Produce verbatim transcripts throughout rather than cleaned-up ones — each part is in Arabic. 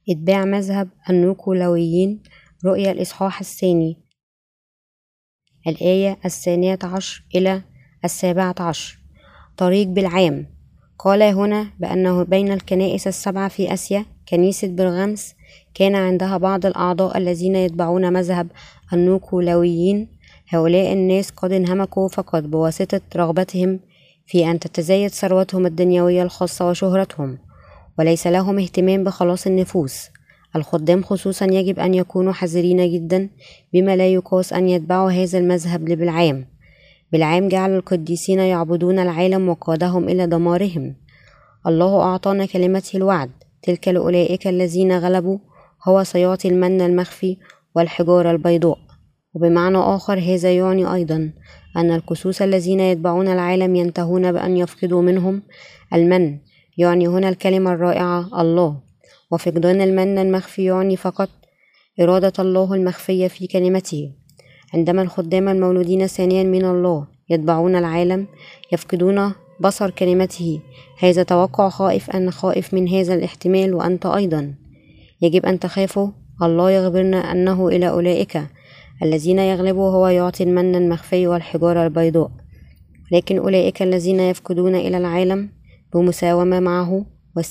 اتباع مذهب النيقولويين. رؤيا الإصحاح الثاني، الآية الثانية عشر إلى السابعة عشر. طريق بالعام. قال هنا بأنه بين الكنائس السبعة في آسيا كنيسة برغمس كان عندها بعض الأعضاء الذين يتبعون مذهب النيقولويين. هؤلاء الناس قد انهمكوا فقط بواسطة رغبتهم في أن تتزايد ثروتهم الدنيوية الخاصة وشهرتهم، وليس لهم اهتمام بخلاص النفوس. الخدام خصوصا يجب أن يكونوا حذرين جدا بما لا يقاس أن يتبعوا هذا المذهب بالعام. بالعام جعل القديسين يعبدون العالم وقادهم إلى دمارهم. الله أعطانا كلمته الوعد، تلك لأولئك الذين غلبوا هو سيعطي المن المخفي والحجارة البيضاء. وبمعنى آخر هذا يعني أيضا أن الكسوس الذين يتبعون العالم ينتهون بأن يفقدوا منهم المن، يعني هنا الكلمة الرائعة الله. وفقدان المن المخفي يعني فقط إرادة الله المخفية في كلمته. عندما الخدام المولودين ثانيا من الله يتبعون العالم يفقدون بصر كلمته. هذا توقع خائف أن خائف من هذا الاحتمال، وأنت أيضا يجب أن تخافوا. الله يخبرنا أنه إلى أولئك الذين يغلبوا هو يعطي المن المخفي والحجارة البيضاء، لكن أولئك الذين يفقدون إلى العالم بمساومة معه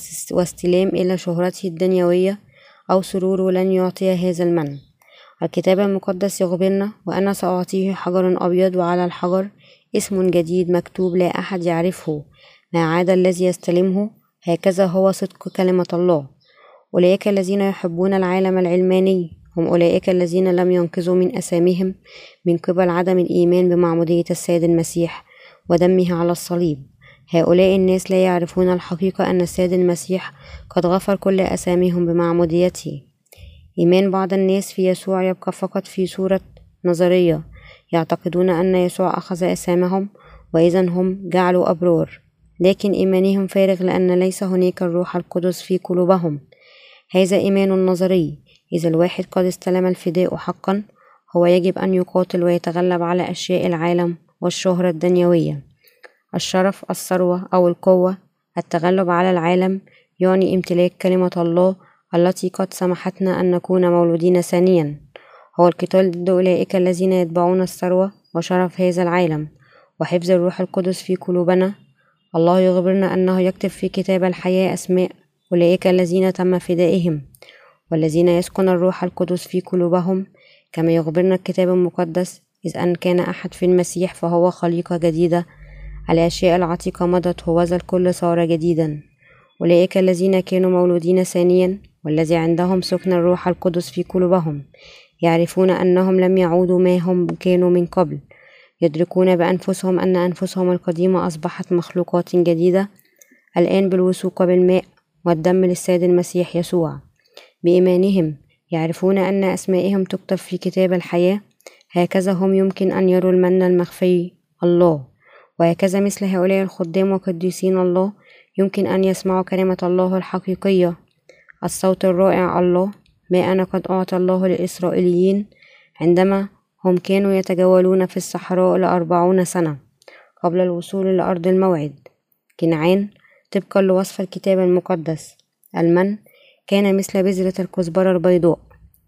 واستلام إلى شهرته الدنيوية أو سروره لن يعطي هذا المن. الكتاب المقدس يخبرنا: وأنا سأعطيه حجر أبيض وعلى الحجر اسم جديد مكتوب لا أحد يعرفه ما عدا الذي يستلمه. هكذا هو صدق كلمة الله. أولئك الذين يحبون العالم العلماني هم أولئك الذين لم ينقذوا من أساميهم من قبل عدم الإيمان بمعمودية السيد المسيح ودمه على الصليب. هؤلاء الناس لا يعرفون الحقيقة أن السيد المسيح قد غفر كل أساميهم بمعموديته. إيمان بعض الناس في يسوع يبقى فقط في صورة نظرية، يعتقدون أن يسوع أخذ أسامهم وإذا هم جعلوا أبرار، لكن إيمانهم فارغ لأن ليس هناك الروح القدس في قلوبهم. هذا إيمان نظري. إذا الواحد قد استلم الفداء حقا هو يجب أن يقاتل ويتغلب على أشياء العالم والشهرة الدنيوية، الشرف، الثروة أو القوة. التغلب على العالم يعني امتلاك كلمة الله التي قد سمحتنا أن نكون مولودين ثانيا. هو القتال ضد أولئك الذين يتبعون الثروة وشرف هذا العالم وحفظ الروح القدس في قلوبنا. الله يخبرنا أنه يكتب في كتاب الحياة أسماء أولئك الذين تم فدائهم والذين يسكن الروح القدس في قلوبهم، كما يخبرنا الكتاب المقدس: إذ أن كان أحد في المسيح فهو خليقة جديدة، الأشياء العتيقة مضت وذا الكل صار جديدا. أولئك الذين كانوا مولودين ثانيا والذي عندهم سكن الروح القدس في قلوبهم يعرفون أنهم لم يعودوا ما هم كانوا من قبل، يدركون بأنفسهم أن أنفسهم القديمة أصبحت مخلوقات جديدة الآن بالوثوق بالماء والدم للسيد المسيح يسوع. بإيمانهم يعرفون أن أسمائهم تكتب في كتاب الحياة. هكذا هم يمكن أن يروا المن المخفي الله، وهكذا مثل هؤلاء الخدام وقديسين الله يمكن أن يسمعوا كلمة الله الحقيقية، الصوت الرائع: الله ما أنا قد أعطى الله للإسرائيليين عندما هم كانوا يتجولون في الصحراء لأربعون سنة قبل الوصول لأرض الموعد كنعان. طبقا لوصف الكتاب المقدس المن كان مثل بذرة الكزبرة البيضاء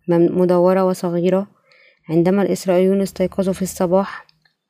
مدورة وصغيرة. عندما الإسرائيليون استيقظوا في الصباح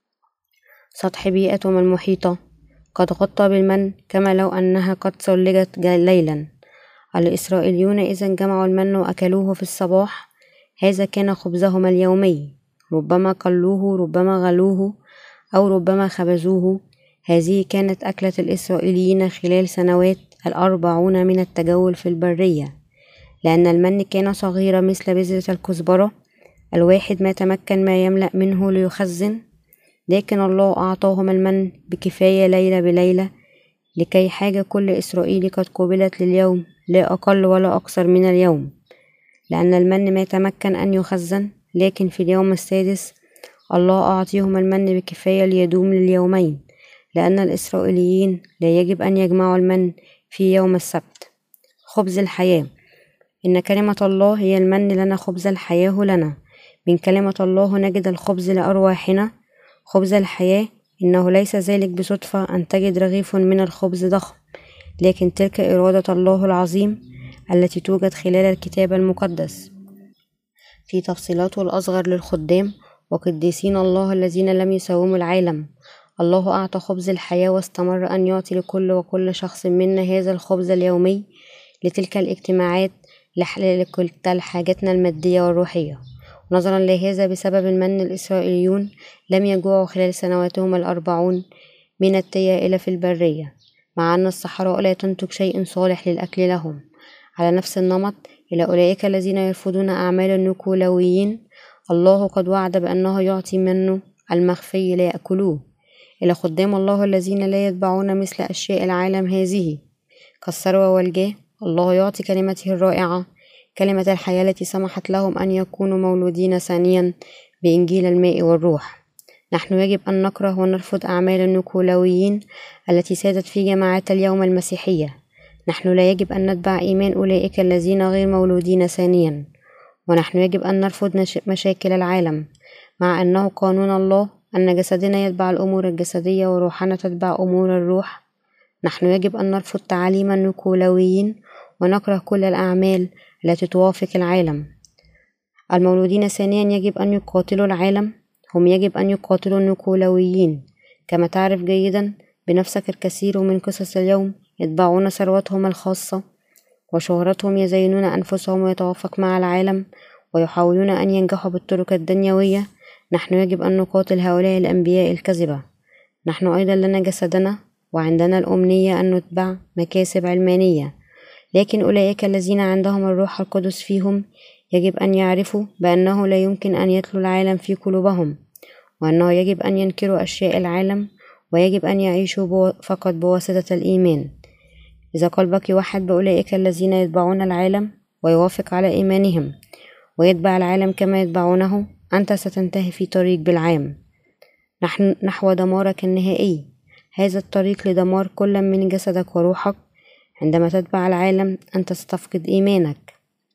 سطح بيئتهم المحيطة قد غطى بالمن كما لو أنها قد ثلجت ليلا. الإسرائيليون إذن جمعوا المن وأكلوه في الصباح. هذا كان خبزهم اليومي، ربما قلوه، ربما غلوه، أو ربما خبزوه. هذه كانت أكلة الإسرائيليين خلال سنوات الأربعون من التجول في البرية. لأن المن كان صغيرا مثل بذرة الكزبرة، الواحد ما تمكن ما يملأ منه ليخزن، لكن الله أعطاهم المن بكفاية ليلة بليلة لكي حاجة كل إسرائيلي قد قبلت لليوم، لا أقل ولا أكثر من اليوم. لأن المن ما تمكن أن يخزن، لكن في اليوم السادس الله أعطيهم المن بكفاية ليدوم لليومين، لأن الإسرائيليين لا يجب أن يجمعوا المن في يوم السبت. خبز الحياة. إن كلمة الله هي المن لنا، خبز الحياة لنا. من كلمة الله نجد الخبز لأرواحنا. خبز الحياة إنه ليس ذلك بصدفة أن تجد رغيف من الخبز ضخم، لكن تلك إرادة الله العظيم التي توجد خلال الكتاب المقدس في تفصيلاته الأصغر للخدام وقديسين الله الذين لم يساوموا العالم. الله أعطى خبز الحياة واستمر أن يعطي لكل وكل شخص منا هذا الخبز اليومي لتلك الاجتماعات لحل كل حاجاتنا المادية والروحية. نظرا لهذا بسبب المن الإسرائيليون لم يجوعوا خلال سنواتهم الأربعون من التيه إلى في البرية، مع أن الصحراء لا تنتج شيء صالح للأكل لهم. على نفس النمط إلى أولئك الذين يرفضون أعمال النيكولاويين الله قد وعد بأنه يعطي منه المخفي ليأكلوه. إلى خدام الله الذين لا يتبعون مثل أشياء العالم هذه كالثروة والجاه الله يعطي كلمته الرائعة، كلمة الحياة التي سمحت لهم أن يكونوا مولودين ثانيا بإنجيل الماء والروح. نحن يجب أن نكره ونرفض أعمال النيكولاويين التي سادت في جماعات اليوم المسيحية. نحن لا يجب أن نتبع إيمان أولئك الذين غير مولودين ثانيا، ونحن يجب أن نرفض مشاكل العالم، مع أنه قانون الله أن جسدنا يتبع الأمور الجسدية وروحنا تتبع أمور الروح. نحن يجب أن نرفض تعاليم النيكولاويين ونكره كل الأعمال التي توافق العالم. المولودين ثانيا يجب أن يقاتلوا العالم، هم يجب أن يقاتلوا النيكولاويين. كما تعرف جيدا بنفسك الكثير من قصص اليوم يتبعون ثروتهم الخاصة وشهرتهم، يزينون أنفسهم ويتوافق مع العالم ويحاولون أن ينجحوا بالطرق الدنيوية. نحن يجب أن نقاتل هؤلاء الأنبياء الكذبة. نحن أيضا لنا جسدنا وعندنا الأمنية أن نتبع مكاسب علمانية، لكن أولئك الذين عندهم الروح القدس فيهم يجب أن يعرفوا بأنه لا يمكن أن يتلو العالم في قلوبهم، وأنه يجب أن ينكروا أشياء العالم ويجب أن يعيشوا بو فقط بواسطة الإيمان. إذا قلبك يوحد بأولئك الذين يتبعون العالم ويوافق على إيمانهم ويتبع العالم كما يتبعونه، أنت ستنتهي في طريق بالعام نحن نحو دمارك النهائي. هذا الطريق لدمار كل من جسدك وروحك. عندما تتبع العالم أنت ستفقد إيمانك.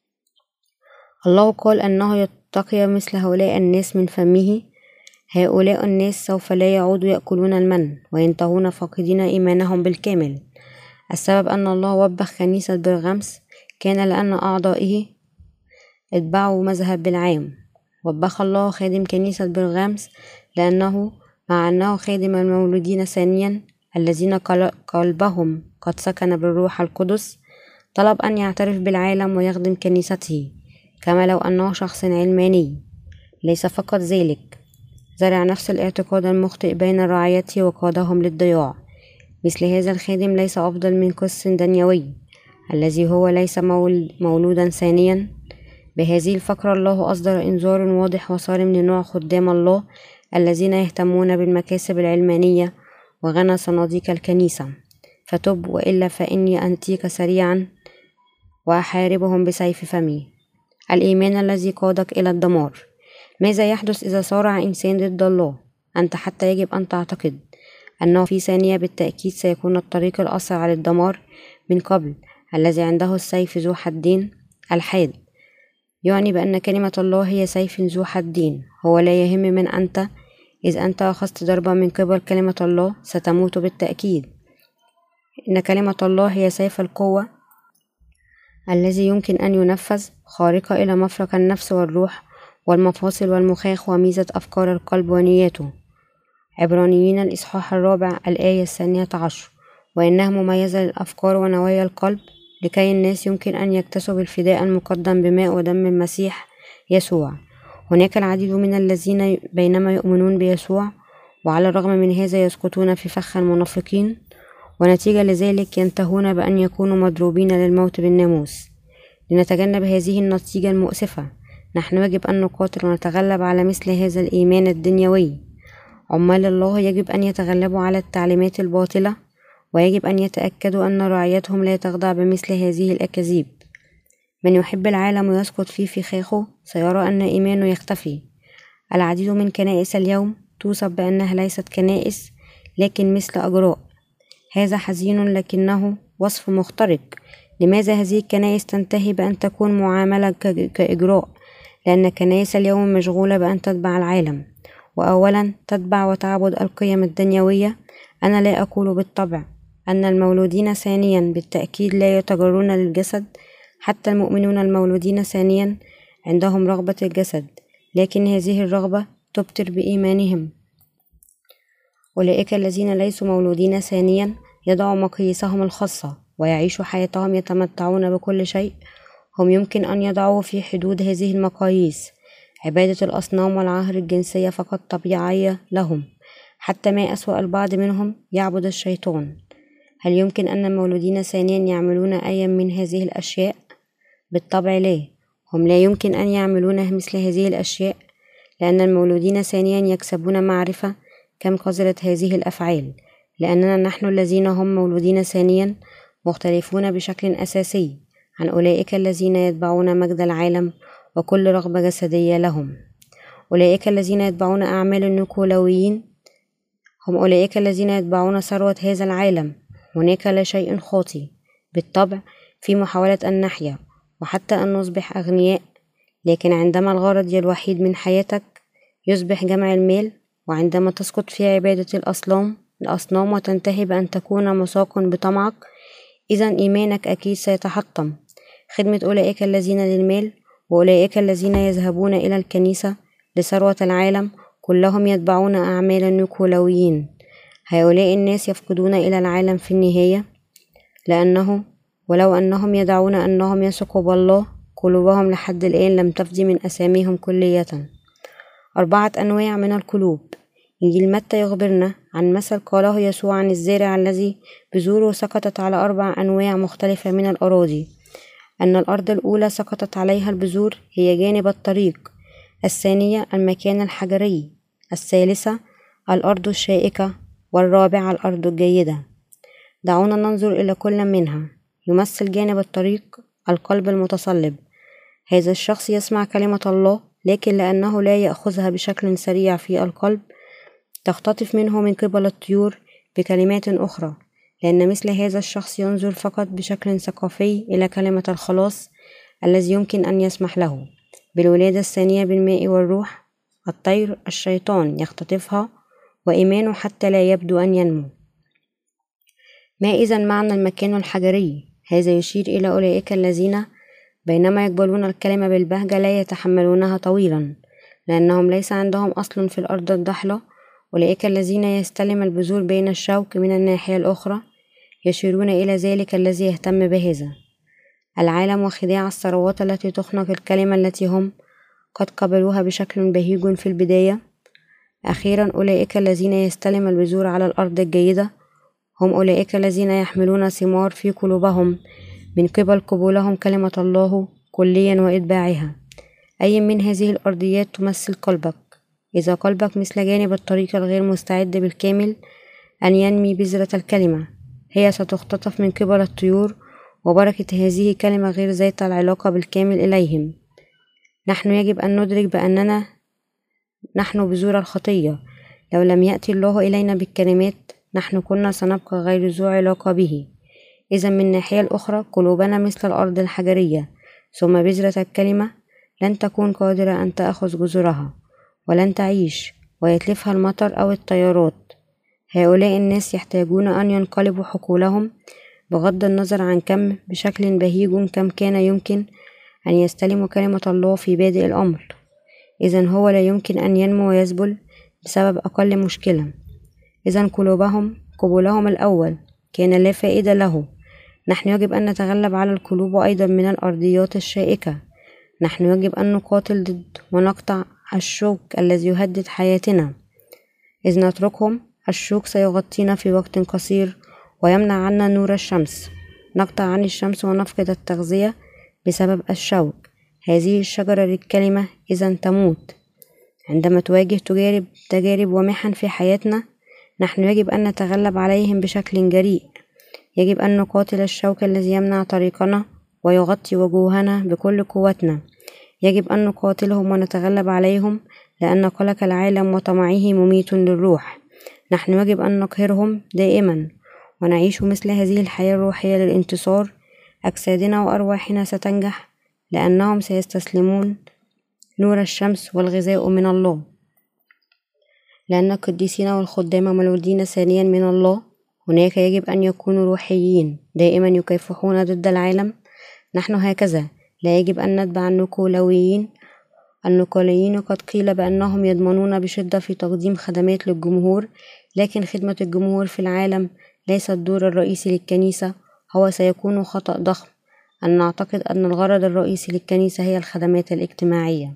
الله قال أنه يتقي مثل هؤلاء الناس من فمه. هؤلاء الناس سوف لا يعودوا يأكلون المن وينتهون فاقدين إيمانهم بالكامل. السبب أن الله وبخ كنيسة برغمس كان لأن أعضائه اتبعوا مذهب بالعام. وبخ الله خادم كنيسة برغمس لأنه مع أنه خادم المولودين ثانيا الذين قلبهم قد سكن بالروح القدس طلب أن يعترف بالعالم ويخدم كنيسته كما لو أنه شخص علماني. ليس فقط ذلك، زرع نفس الاعتقاد المخطئ بين رعيته وقادهم للضياع. مثل هذا الخادم ليس أفضل من قس دنيوي الذي هو ليس مولودا ثانيا. بهذه الفقرة الله أصدر إنذار واضح وصارم لنوع خدام الله الذين يهتمون بالمكاسب العلمانية وغنى صناديق الكنيسة. فتب وإلا فإني أنتيك سريعا وأحاربهم بسيف فمي. الإيمان الذي قادك إلى الدمار. ماذا يحدث إذا صارع إنسان ضد الله؟ أنت حتى يجب أن تعتقد أنه في ثانية بالتأكيد سيكون الطريق الأسرع للدمار من قبل. الذي عنده السيف ذو حدين الحاد يعني بأن كلمة الله هي سيف ذو حدين. هو لا يهم من أنت. إذا أنت أخذت ضربة من قبل كلمة الله ستموت بالتأكيد. إن كلمة الله هي سيف القوة الذي يمكن أن ينفذ، خارقة إلى مفرق النفس والروح والمفاصل والمخاخ وميزة أفكار القلب ونياته. عبرانيين الإصحاح الرابع الآية الثانية عشر. وإنها مميزة للأفكار ونوايا القلب لكي الناس يمكن أن يكتسبوا الفداء المقدم بماء ودم المسيح يسوع. هناك العديد من الذين بينما يؤمنون بيسوع وعلى الرغم من هذا يسقطون في فخ المنافقين، ونتيجة لذلك ينتهون بأن يكونوا مضروبين للموت بالناموس. لنتجنب هذه النتيجة المؤسفة نحن يجب أن نقاتل ونتغلب على مثل هذا الإيمان الدنيوي. عمال الله يجب أن يتغلبوا على التعليمات الباطلة، ويجب أن يتأكدوا أن رعيتهم لا تخضع بمثل هذه الأكاذيب. من يحب العالم ويسقط في فخاخه سيرى أن إيمانه يختفي. العديد من كنائس اليوم توصف بأنها ليست كنائس لكن مثل أجراء. هذا حزين لكنه وصف مخترق. لماذا هذه الكنائس تنتهي بأن تكون معاملة كإجراء؟ لأن الكنائس اليوم مشغولة بأن تتبع العالم، وأولا تتبع وتعبد القيم الدنيوية. أنا لا أقول بالطبع أن المولودين ثانيا بالتأكيد لا يتجرون للجسد، حتى المؤمنون المولودين ثانيا عندهم رغبة الجسد، لكن هذه الرغبة تبطر بإيمانهم. أولئك الذين ليسوا مولودين ثانيا يضعوا مقاييسهم الخاصة ويعيشوا حياتهم يتمتعون بكل شيء هم يمكن أن يضعوا في حدود هذه المقاييس. عبادة الأصنام والعهر الجنسية فقط طبيعية لهم، حتى ما أسوأ البعض منهم يعبد الشيطان. هل يمكن أن المولودين ثانيا يعملون أي من هذه الأشياء؟ بالطبع لا، هم لا يمكن أن يعملون مثل هذه الأشياء، لأن المولودين ثانيا يكسبون معرفة كم قذرة هذه الأفعال، لأننا نحن الذين هم مولودين ثانيا مختلفون بشكل أساسي عن أولئك الذين يتبعون مجد العالم وكل رغبة جسدية لهم. أولئك الذين يتبعون أعمال النيكولاويين هم أولئك الذين يتبعون ثروة هذا العالم. هناك لا شيء خاطئ بالطبع في محاولة أن نحيا وحتى أن نصبح أغنياء، لكن عندما الغرض الوحيد من حياتك يصبح جمع المال، وعندما تسقط في عبادة الأصنام الأصنام وتنتهي بأن تكون مساق بطمعك، إذن إيمانك أكيد سيتحطم. خدمة أولئك الذين للمال وأولئك الذين يذهبون إلى الكنيسة لثروة العالم كلهم يتبعون أعمال النيكولاويين. هؤلاء الناس يفقدون إلى العالم في النهاية، لأنه ولو أنهم يدعون أنهم يثقوا بالله قلوبهم لحد الآن لم تفدي من أساميهم كلية. أربعة أنواع من القلوب. إنجيل متى يخبرنا عن مثل قاله يسوع عن الزارع الذي بذوره سقطت على أربع أنواع مختلفة من الأراضي. أن الأرض الأولى سقطت عليها البذور هي جانب الطريق، الثانية المكان الحجري، الثالثة الأرض الشائكة، والرابعة الأرض الجيدة. دعونا ننظر إلى كل منها. يمثل جانب الطريق القلب المتصلب. هذا الشخص يسمع كلمة الله، لكن لأنه لا يأخذها بشكل سريع في القلب تختطف منه من قبل الطيور. بكلمات أخرى، لأن مثل هذا الشخص ينظر فقط بشكل ثقافي إلى كلمة الخلاص الذي يمكن أن يسمح له بالولادة الثانية بالماء والروح. الطير الشيطان يختطفها وإيمانه حتى لا يبدو أن ينمو. ما إذن معنى المكان الحجري؟ هذا يشير إلى أولئك الذين بينما يقبلون الكلمة بالبهجة لا يتحملونها طويلا، لأنهم ليس عندهم أصل في الأرض الضحلة. أولئك الذين يستلم البذور بين الشوك من الناحية الأخرى يشيرون إلى ذلك الذي يهتم بهذا العالم وخداع الثروات التي تخنق الكلمة التي هم قد قبلوها بشكل بهيج في البداية. أخيرا، أولئك الذين يستلم البذور على الأرض الجيدة هم أولئك الذين يحملون ثمار في قلوبهم من قبل قبولهم كلمة الله كليا وإتباعها. أي من هذه الأرضيات تمثل قلبك؟ إذا قلبك مثل جانب الطريق الغير مستعد بالكامل أن ينمي بذرة الكلمة، هي ستختطف من قبل الطيور، وبركة هذه كلمة غير ذات العلاقة بالكامل إليهم. نحن يجب أن ندرك بأننا نحن بذور الخطية. لو لم يأتي الله إلينا بالكلمات نحن كنا سنبقى غير ذو علاقة به. إذا من الناحية الأخرى قلوبنا مثل الأرض الحجرية، ثم بذرة الكلمة لن تكون قادرة أن تأخذ جذورها ولن تعيش ويتلفها المطر أو التيارات. هؤلاء الناس يحتاجون أن ينقلبوا حقولهم بغض النظر عن كم بشكل بهيج كم كان يمكن أن يستلموا كلمة الله في بادئ الأمر. إذن هو لا يمكن أن ينمو ويذبل بسبب أقل مشكلة. إذن قلوبهم قبولهم الأول كان لا فائدة له. نحن يجب أن نتغلب على القلوب أيضا من الأرضيات الشائكة. نحن يجب أن نقاتل ضد ونقطع الشوك الذي يهدد حياتنا. إذ نتركهم الشوك سيغطينا في وقت قصير ويمنع عنا نور الشمس. نقطع عن الشمس ونفقد التغذية بسبب الشوك. هذه الشجرة للكلمة إذن تموت. عندما تواجه تجارب تجارب ومحن في حياتنا نحن يجب أن نتغلب عليهم بشكل جريء. يجب أن نقاتل الشوك الذي يمنع طريقنا ويغطي وجوهنا بكل قوتنا. يجب أن نقاتلهم ونتغلب عليهم، لأن قلق العالم وطمعه مميت للروح. نحن يجب أن نقهرهم دائما ونعيش مثل هذه الحياة الروحية للانتصار. أجسادنا وأرواحنا ستنجح لأنهم سيستسلمون نور الشمس والغذاء من الله. لأن القديسين والخدام مولودين ثانيا من الله، هناك يجب أن يكونوا روحيين دائما يكافحون ضد العالم، نحن هكذا لا يجب أن نتبع النيقولويين. النيقوليين قد قيل بأنهم يضمنون بشدة في تقديم خدمات للجمهور، لكن خدمة الجمهور في العالم ليس الدور الرئيسي للكنيسة. هو سيكون خطأ ضخم أن نعتقد أن الغرض الرئيسي للكنيسة هي الخدمات الاجتماعية.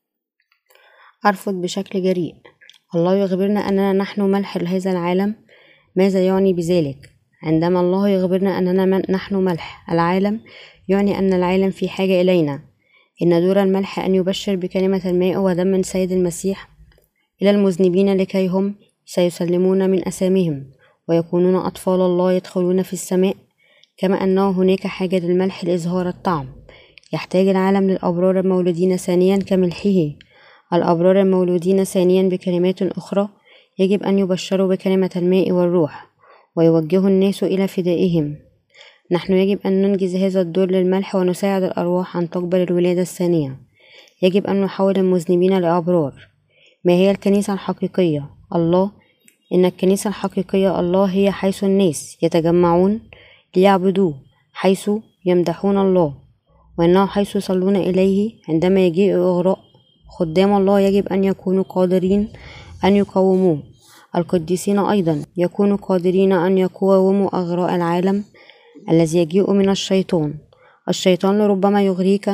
أرفض بشكل جريء. الله يخبرنا أننا نحن ملح هذا العالم. ماذا يعني بذلك؟ عندما الله يخبرنا أننا من نحن ملح العالم، يعني أن العالم في حاجة إلينا. إن دور الملح أن يبشر بكلمة الماء ودم من سيد المسيح إلى المذنبين، لكي هم سيسلمون من أثامهم ويكونون أطفال الله يدخلون في السماء. كما أنه هناك حاجة للملح لإظهار الطعم، يحتاج العالم للأبرار المولودين ثانيا كملحه. الأبرار المولودين ثانيا بكلمات أخرى يجب أن يبشروا بكلمة الماء والروح ويوجهوا الناس إلى فدائهم. نحن يجب أن ننجز هذا الدور للملح ونساعد الأرواح أن تقبل الولادة الثانية. يجب أن نحول المذنبين لأبرار. ما هي الكنيسة الحقيقية؟ الله. إن الكنيسة الحقيقية الله هي حيث الناس يتجمعون ليعبدوه، حيث يمدحون الله، وإنه حيث يصلون إليه. عندما يجيء إغراء خدام الله يجب أن يكونوا قادرين أن يقاوموه. القديسين أيضا يكونوا قادرين أن يقاوموا أغراء العالم الذي يجيء من الشيطان. الشيطان لربما يغريك: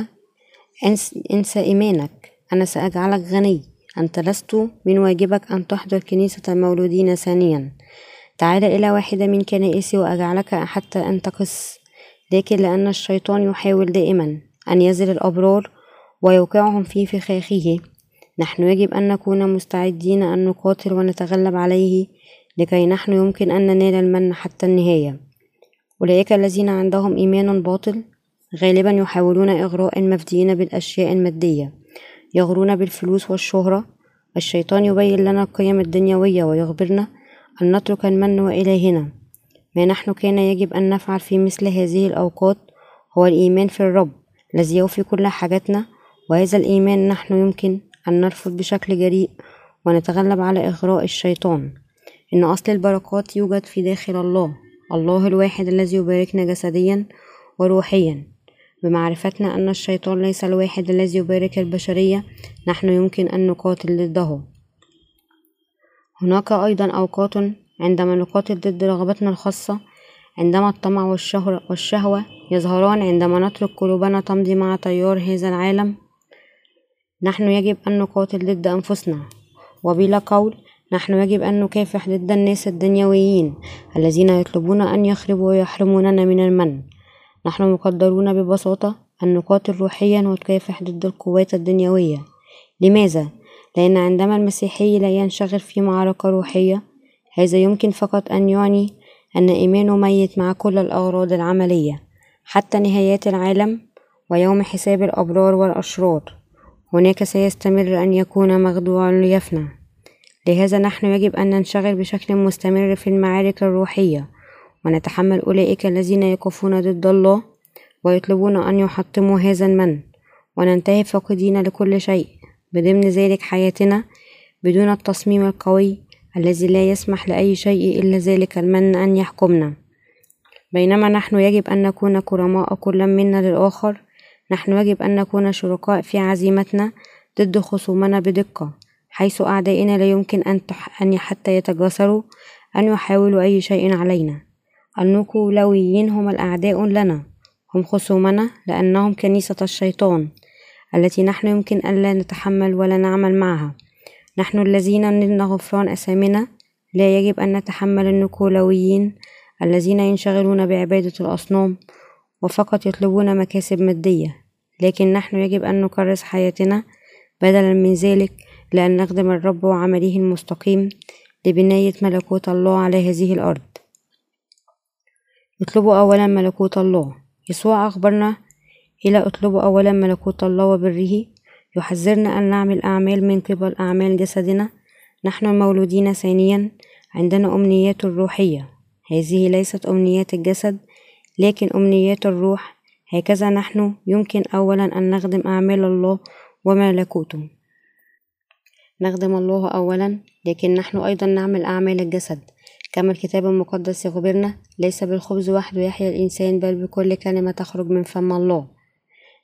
انسى إيمانك، أنا سأجعلك غني، أنت لست من واجبك أن تحضر كنيسة المولودين ثانيا. تعال إلى واحدة من كنائسي وأجعلك حتى أن تقص. لكن لأن الشيطان يحاول دائما أن يزل الأبرار ويوقعهم في فخاخه، نحن يجب أن نكون مستعدين أن نقاتل ونتغلب عليه، لكي نحن يمكن أن ننال المن حتى النهاية. أولئك الذين عندهم إيمان باطل غالبا يحاولون إغراء المفديين بالأشياء المادية، يغرون بالفلوس والشهرة. الشيطان يبين لنا القيم الدنيوية ويخبرنا أن نترك المن وإلهنا. ما نحن كان يجب أن نفعل في مثل هذه الأوقات هو الإيمان في الرب الذي يوفي كل حاجتنا، وهذا الإيمان نحن يمكن أن نرفض بشكل جريء ونتغلب على إغراء الشيطان. إن أصل البركات يوجد في داخل الله، الله الواحد الذي يباركنا جسديا وروحيا. بمعرفتنا أن الشيطان ليس الواحد الذي يبارك البشرية، نحن يمكن أن نقاتل ضده. هناك أيضا أوقات عندما نقاتل ضد رغبتنا الخاصة، عندما الطمع والشهوة يظهران، عندما نترك قلوبنا تمضي مع تيار هذا العالم. نحن يجب أن نقاتل ضد أنفسنا، وبلا قول نحن يجب أن نكافح ضد الناس الدنيويين الذين يطلبون أن يخربوا ويحرموننا من المن. نحن مقدرون ببساطة أن نقاتل روحيا ونكافح ضد القوات الدنيوية. لماذا؟ لأن عندما المسيحي لا ينشغل في معركة روحية، هذا يمكن فقط أن يعني أن إيمانه ميت مع كل الأغراض العملية حتى نهايات العالم ويوم حساب الأبرار والأشرار. هناك سيستمر أن يكون مخدوعا ليفنى. لهذا نحن يجب أن ننشغل بشكل مستمر في المعارك الروحية ونتحمل أولئك الذين يقفون ضد الله ويطلبون أن يحطموا هذا المن، وننتهي فاقدين لكل شيء، بضمن ذلك حياتنا، بدون التصميم القوي الذي لا يسمح لأي شيء إلا ذلك المن أن يحكمنا. بينما نحن يجب أن نكون كرماء كل منا للآخر، نحن يجب أن نكون شركاء في عزيمتنا ضد خصومنا بدقة، حيث أعدائنا لا يمكن أن, تح... أن حتى يتجاسروا أن يحاولوا أي شيء علينا. النيقولويين هم الأعداء لنا، هم خصومنا لأنهم كنيسة الشيطان التي نحن يمكن أن لا نتحمل ولا نعمل معها. نحن الذين نلنا غفران أثامنا لا يجب أن نتحمل النيقولويين الذين ينشغلون بعبادة الأصنام وفقط يطلبون مكاسب مادية. لكن نحن يجب أن نكرس حياتنا بدلا من ذلك لأن نخدم الرب وعمله المستقيم لبناية ملكوت الله على هذه الأرض. اطلبوا أولا ملكوت الله. يسوع أخبرنا إلى اطلبوا أولا ملكوت الله وبره. يحذرنا أن نعمل أعمال من قبل أعمال جسدنا. نحن المولودين ثانيا عندنا أمنيات الروحية، هذه ليست أمنيات الجسد لكن أمنيات الروح. هكذا نحن يمكن أولا أن نخدم أعمال الله وملكوته. نخدم الله أولا، لكن نحن أيضا نعمل أعمال الجسد، كما الكتاب المقدس يخبرنا: ليس بالخبز وحده يحيا الإنسان بل بكل كلمة تخرج من فم الله.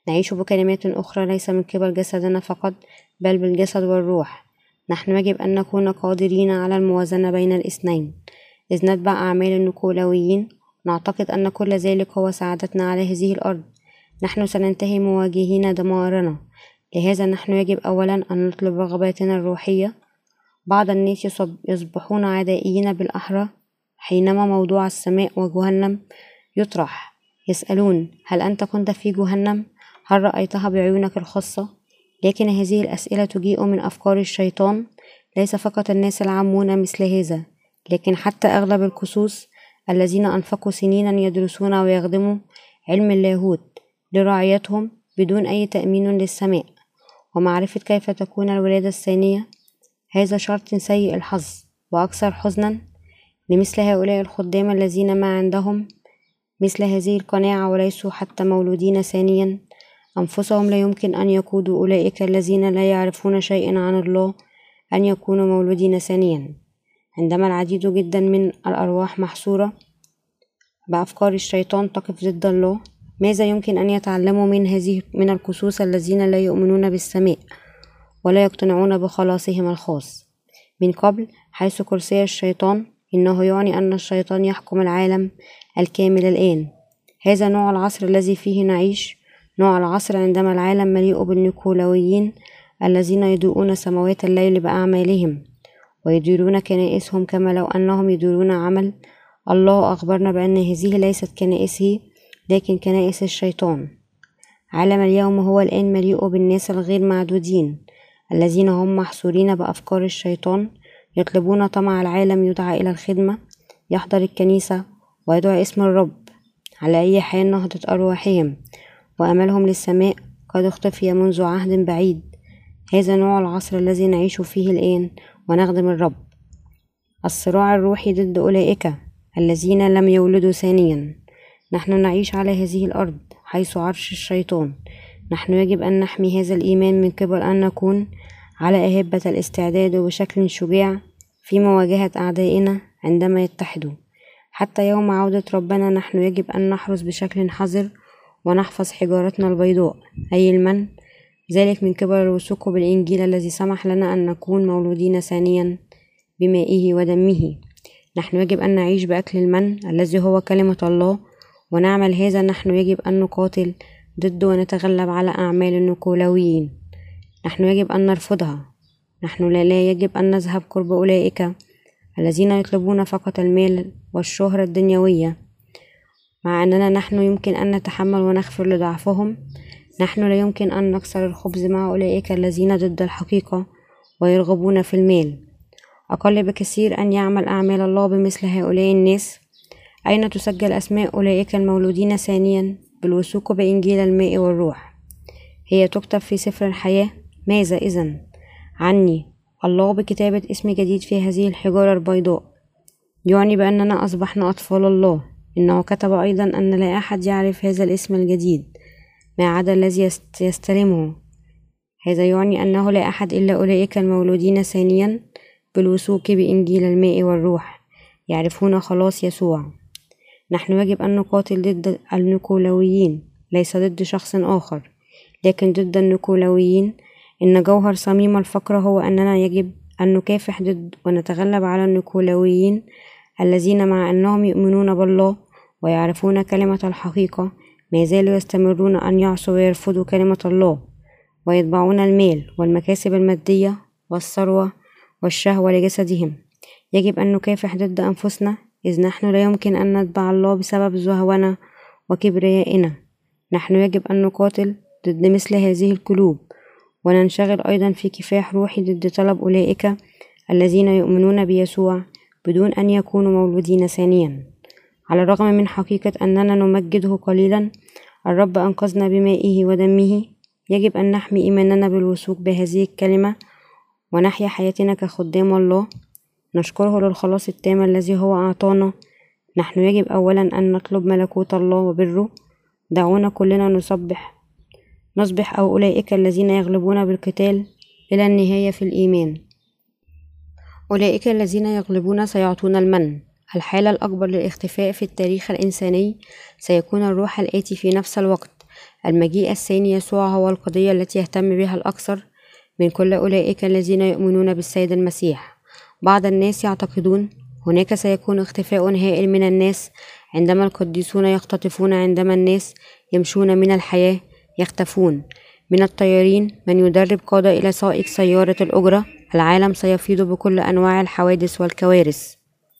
نعيش بكلمات أخرى ليس من قبل جسدنا فقط بل بالجسد والروح. نحن يجب أن نكون قادرين على الموازنة بين الاثنين، إذ نتبع أعمال النيكولاويين. نعتقد أن كل ذلك هو سعادتنا على هذه الأرض. نحن سننتهي مواجهين دمارنا، لهذا نحن يجب أولا أن نطلب رغباتنا الروحية. بعض الناس يصبحون عدائيين بالأحرى حينما موضوع السماء وجهنم يطرح. يسألون: هل أنت كنت في جهنم؟ هل رأيتها بعيونك الخاصة؟ لكن هذه الأسئلة تجيء من أفكار الشيطان. ليس فقط الناس العامون مثل هذا، لكن حتى أغلب الكسوس الذين أنفقوا سنينا يدرسون ويخدموا علم اللاهوت لرعايتهم بدون أي تأمين للسماء ومعرفة كيف تكون الولادة الثانية. هذا شرط سيء الحظ وأكثر حزنا لمثل هؤلاء الخدام الذين ما عندهم مثل هذه القناعة وليسوا حتى مولودين ثانيا. أنفسهم لا يمكن أن يقودوا أولئك الذين لا يعرفون شيئا عن الله أن يكونوا مولودين ثانيا. عندما العديد جدا من الأرواح محصورة بأفكار الشيطان تقف ضد الله، ماذا يمكن أن يتعلموا من هذه من الكسوس الذين لا يؤمنون بالسماء ولا يقتنعون بخلاصهم الخاص من قبل؟ حيث كرسي الشيطان، إنه يعني أن الشيطان يحكم العالم الكامل الآن. هذا نوع العصر الذي فيه نعيش، نوع العصر عندما العالم مليء بالنيكولاويين الذين يضيئون سماوات الليل بأعمالهم ويديرون كنائسهم كما لو أنهم يديرون عمل الله. أخبرنا بأن هذه ليست كنائسه لكن كنائس الشيطان. عالم اليوم هو الآن مليء بالناس الغير معدودين الذين هم محصورين بأفكار الشيطان، يطلبون طمع العالم، يدعى إلى الخدمة، يحضر الكنيسة ويدعو اسم الرب. على أي حال نهضة أرواحهم وأملهم للسماء قد اختفي منذ عهد بعيد. هذا نوع العصر الذي نعيش فيه الآن ونخدم الرب. الصراع الروحي ضد أولئك الذين لم يولدوا ثانيا. نحن نعيش على هذه الأرض حيث عرش الشيطان. نحن يجب أن نحمي هذا الإيمان من قبل أن نكون على أهبة الاستعداد وبشكل شجاع في مواجهة أعدائنا عندما يتحدوا. حتى يوم عودة ربنا نحن يجب أن نحرص بشكل حذر ونحفظ حجارتنا البيضاء أي المن، ذلك من قبل الوثوق بالإنجيل الذي سمح لنا أن نكون مولودين ثانيا بمائه ودمه. نحن يجب أن نعيش بأكل المن الذي هو كلمة الله، ونعمل هذا. نحن يجب أن نقاتل ضد ونتغلب على أعمال النيكولاويين. نحن يجب أن نرفضها. نحن لا يجب أن نذهب قرب أولئك الذين يطلبون فقط المال والشهرة الدنيوية، مع أننا نحن يمكن أن نتحمل ونغفر لضعفهم. نحن لا يمكن أن نكسر الخبز مع أولئك الذين ضد الحقيقة ويرغبون في المال. أقل بكثير أن يعمل أعمال الله بمثل هؤلاء الناس. أين تسجل أسماء أولئك المولودين ثانيا بالوثوق بإنجيل الماء والروح؟ هي تكتب في سفر الحياة. ماذا إذن عني الله بكتابة اسم جديد في هذه الحجارة البيضاء؟ يعني بأننا أصبحنا أطفال الله. إنه كتب أيضا أن لا أحد يعرف هذا الاسم الجديد ما عدا الذي يستلمه. هذا يعني أنه لا أحد إلا أولئك المولودين ثانيا بالوثوق بإنجيل الماء والروح يعرفون خلاص يسوع. نحن يجب أن نقاتل ضد النيكولاويين، ليس ضد شخص آخر لكن ضد النيكولاويين. إن جوهر صميم الفقرة هو أننا يجب أن نكافح ضد ونتغلب على النيكولاويين الذين مع أنهم يؤمنون بالله ويعرفون كلمة الحقيقة ما زالوا يستمرون أن يعصوا ويرفضوا كلمة الله ويتبعون المال والمكاسب المادية والثروة والشهوة لجسدهم. يجب أن نكافح ضد أنفسنا، إذ نحن لا يمكن أن نتبع الله بسبب زهونا وكبريائنا. نحن يجب أن نقاتل ضد مثل هذه القلوب وننشغل أيضا في كفاح روحي ضد طلب أولئك الذين يؤمنون بيسوع بدون أن يكونوا مولودين ثانيا. على الرغم من حقيقة أننا نمجده قليلا، الرب أنقذنا بمائه ودمه. يجب أن نحمي إيماننا بالوثوق بهذه الكلمة ونحيا حياتنا كخدام الله، نشكره للخلاص التام الذي هو أعطانا. نحن يجب أولا أن نطلب ملكوت الله وبره. دعونا كلنا نصبح نصبح أو أولئك الذين يغلبون بالقتال إلى النهاية في الإيمان. أولئك الذين يغلبون سيعطون المن. الحالة الأكبر للاختفاء في التاريخ الإنساني سيكون الروح الآتي في نفس الوقت المجيء الثاني يسوع هو القضية التي يهتم بها الأكثر من كل أولئك الذين يؤمنون بالسيد المسيح. بعض الناس يعتقدون هناك سيكون اختفاء هائل من الناس عندما القديسون يختطفون، عندما الناس يمشون من الحياة يختفون. من الطيارين من يدرب قادة إلى سائق سيارة الأجرة. العالم سيفيض بكل أنواع الحوادث والكوارث.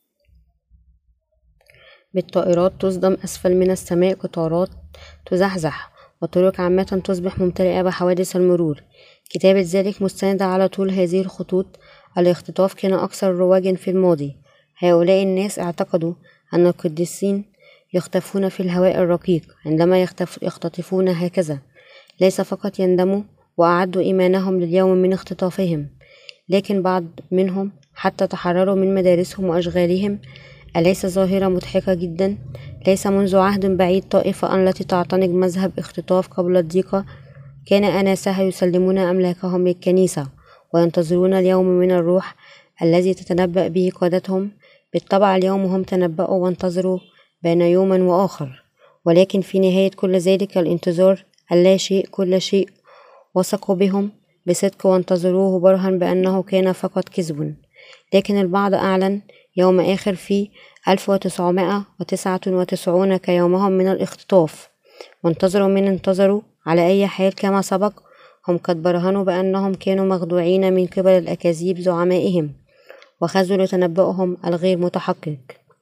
بالطائرات تصدم أسفل من السماء، قطارات تزحزح، وطرق عامة تصبح ممتلئة بحوادث المرور. كتابة ذلك مستندة على طول هذه الخطوط. الاختطاف كان أكثر رواجا في الماضي. هؤلاء الناس اعتقدوا أن القديسين يختفون في الهواء الرقيق. عندما يختطفون هكذا ليس فقط يندموا وأعدوا إيمانهم لليوم من اختطافهم، لكن بعض منهم حتى تحرروا من مدارسهم وأشغالهم. أليس ظاهرة مضحكة جدا؟ ليس منذ عهد بعيد طائفة التي تعتنق مذهب اختطاف قبل الضيقة كان أناسها يسلمون أملاكهم للكنيسة وينتظرون اليوم من الروح الذي تتنبأ به قادتهم. بالطبع اليوم هم تنبأوا وانتظروا بين يوم وآخر، ولكن في نهاية كل ذلك الانتظار اللا شيء كل شيء وثقوا بهم بصدق وانتظروه برهن بأنه كان فقط كذب. لكن البعض أعلن يوم آخر في ألف وتسعمائة وتسعة وتسعين كيومهم من الاختطاف، وانتظروا من انتظروا. على أي حال كما سبق هم قد برهنوا بأنهم كانوا مخدوعين من قبل الأكاذيب زعمائهم وخذلوا تنبؤهم الغير متحقق،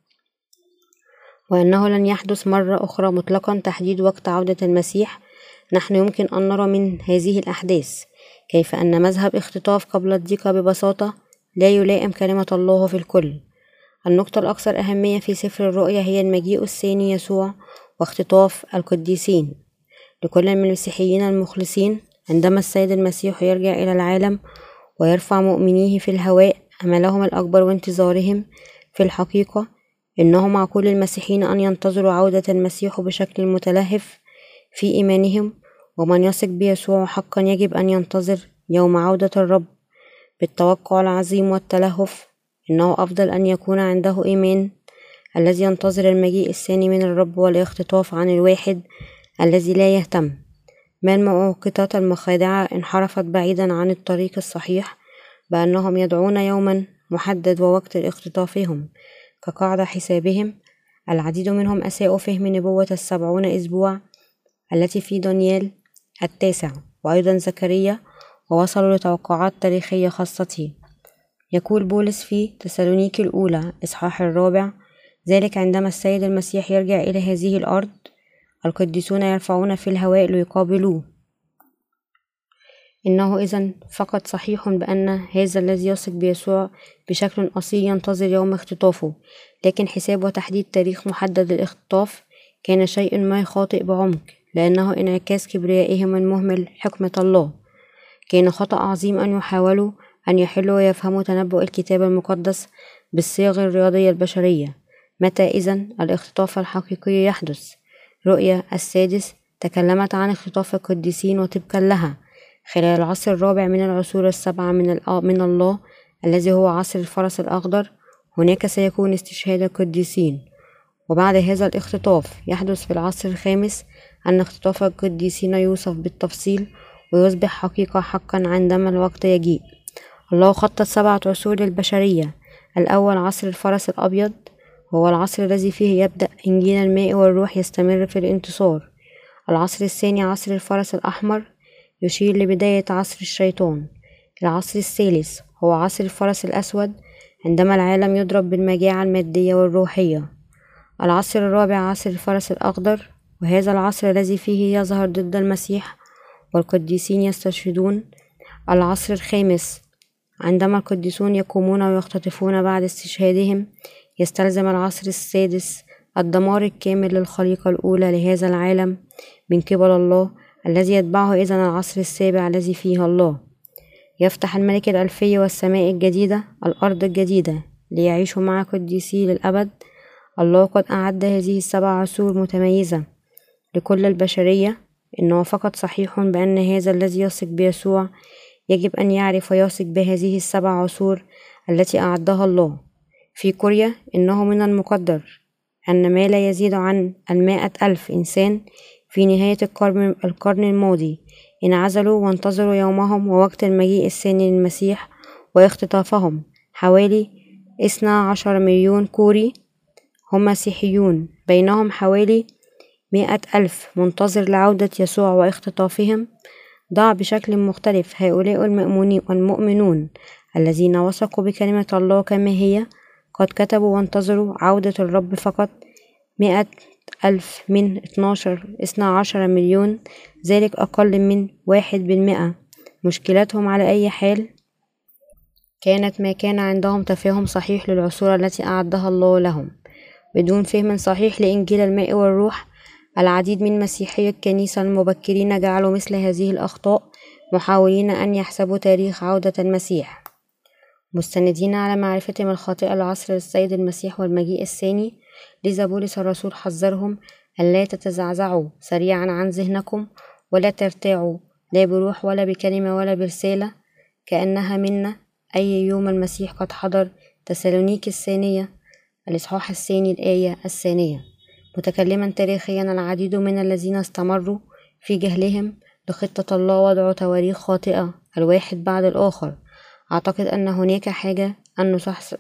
وأنه لن يحدث مرة أخرى مطلقا تحديد وقت عودة المسيح. نحن يمكن أن نرى من هذه الأحداث كيف أن مذهب اختطاف قبل الضيقة ببساطة لا يلائم كلمة الله في الكل. النقطة الأكثر أهمية في سفر الرؤيا هي المجيء الثاني يسوع واختطاف القديسين. لكل من المسيحيين المخلصين عندما السيد المسيح يرجع إلى العالم ويرفع مؤمنيه في الهواء أملهم الأكبر وانتظارهم في الحقيقة إنه مع كل المسيحيين أن ينتظروا عودة المسيح بشكل متلهف في إيمانهم. ومن يثق بيسوع حقا يجب أن ينتظر يوم عودة الرب بالتوقع العظيم والتلهف. إنه أفضل أن يكون عنده إيمان الذي ينتظر المجيء الثاني من الرب والاختطاف عن الواحد الذي لا يهتم. ما المعوقات المخادعة انحرفت بعيدا عن الطريق الصحيح بأنهم يدعون يوما محدد ووقت اختطافهم كقاعدة حسابهم. العديد منهم أساءوا فهم نبوة السبعون أسبوع التي في دانيال التاسع وأيضا زكريا ووصلوا لتوقعات تاريخية خاصة. يقول بولس في تسالونيكي الأولى إصحاح الرابع: ذلك عندما السيد المسيح يرجع إلى هذه الأرض القديسون يرفعون في الهواء ليقابلوه. إنه إذن فقط صحيح بأن هذا الذي يثق بيسوع بشكل أصيل ينتظر يوم اختطافه، لكن حساب وتحديد تاريخ محدد للاختطاف كان شيء ما خاطئ بعمق، لأنه انعكاس كبريائهم المهمل حكمة الله. كان خطأ عظيم أن يحاولوا أن يحلوا ويفهموا تنبؤ الكتاب المقدس بالصيغ الرياضية البشرية. متى إذن الاختطاف الحقيقي يحدث؟ رؤيا السادس تكلمت عن اختطاف القديسين، وطبقا لها خلال العصر الرابع من العصور السبعة من, من الله الذي هو عصر الفرس الأخضر هناك سيكون استشهاد القديسين. وبعد هذا الاختطاف يحدث في العصر الخامس أن اختطاف القديسين يوصف بالتفصيل ويصبح حقيقة حقا عندما الوقت يجيء. الله خطط سبعة عصور للبشرية. الأول عصر الفرس الأبيض وهو العصر الذي فيه يبدأ إنجيل الماء والروح يستمر في الانتصار. العصر الثاني عصر الفرس الأحمر يشير لبداية عصر الشيطان. العصر الثالث هو عصر الفرس الأسود عندما العالم يضرب بالمجاعة المادية والروحية. العصر الرابع عصر الفرس الأخضر، وهذا العصر الذي فيه يظهر ضد المسيح والقديسين يستشهدون. العصر الخامس عندما القديسون يقومون ويختطفون بعد استشهادهم. يستلزم العصر السادس الدمار الكامل للخليقة الأولى لهذا العالم من قبل الله، الذي يتبعه إذن العصر السابع الذي فيه الله يفتح الملك الألفية والسماء الجديدة الأرض الجديدة ليعيشوا مع قديسيه للأبد. الله قد أعد هذه السبع عصور متميزة لكل البشرية. إنه فقط صحيح بأن هذا الذي يثق بيسوع يجب أن يعرف ويثق بهذه السبع عصور التي أعدها الله. في كوريا إنه من المقدر أن ما لا يزيد عن المائة ألف إنسان في نهاية القرن, القرن الماضي انعزلوا وانتظروا يومهم ووقت المجيء الثاني للمسيح واختطافهم. حوالي اثني عشر مليون كوري هم مسيحيون، بينهم حوالي مئة ألف منتظر لعودة يسوع واختطافهم. ضع بشكل مختلف هؤلاء المؤمنون الذين وثقوا بكلمة الله كما هي قد كتبوا وانتظروا عودة الرب فقط مئة ألف من اثنى عشر مليون، ذلك أقل من واحد بالمئة. مشكلتهم على أي حال كانت ما كان عندهم تفاهم صحيح للعصور التي أعدها الله لهم. بدون فهم صحيح لإنجيل الماء والروح، العديد من مسيحي الكنيسة المبكرين جعلوا مثل هذه الأخطاء، محاولين أن يحسبوا تاريخ عودة المسيح مستندين على معرفتهم الخاطئة لعصر السيد المسيح والمجيء الثاني. لذا بولس الرسول حذرهم ألا تتزعزعوا سريعا عن ذهنكم ولا ترتاعوا، لا بروح ولا بكلمة ولا برسالة كأنها منا، أي يوم المسيح قد حضر. تسالونيك الثانية الإصحاح الثاني الآية الثانية. متكلما تاريخيا، العديد من الذين استمروا في جهلهم لخطة الله وضعوا تواريخ خاطئة الواحد بعد الآخر. أعتقد أن هناك حاجة أن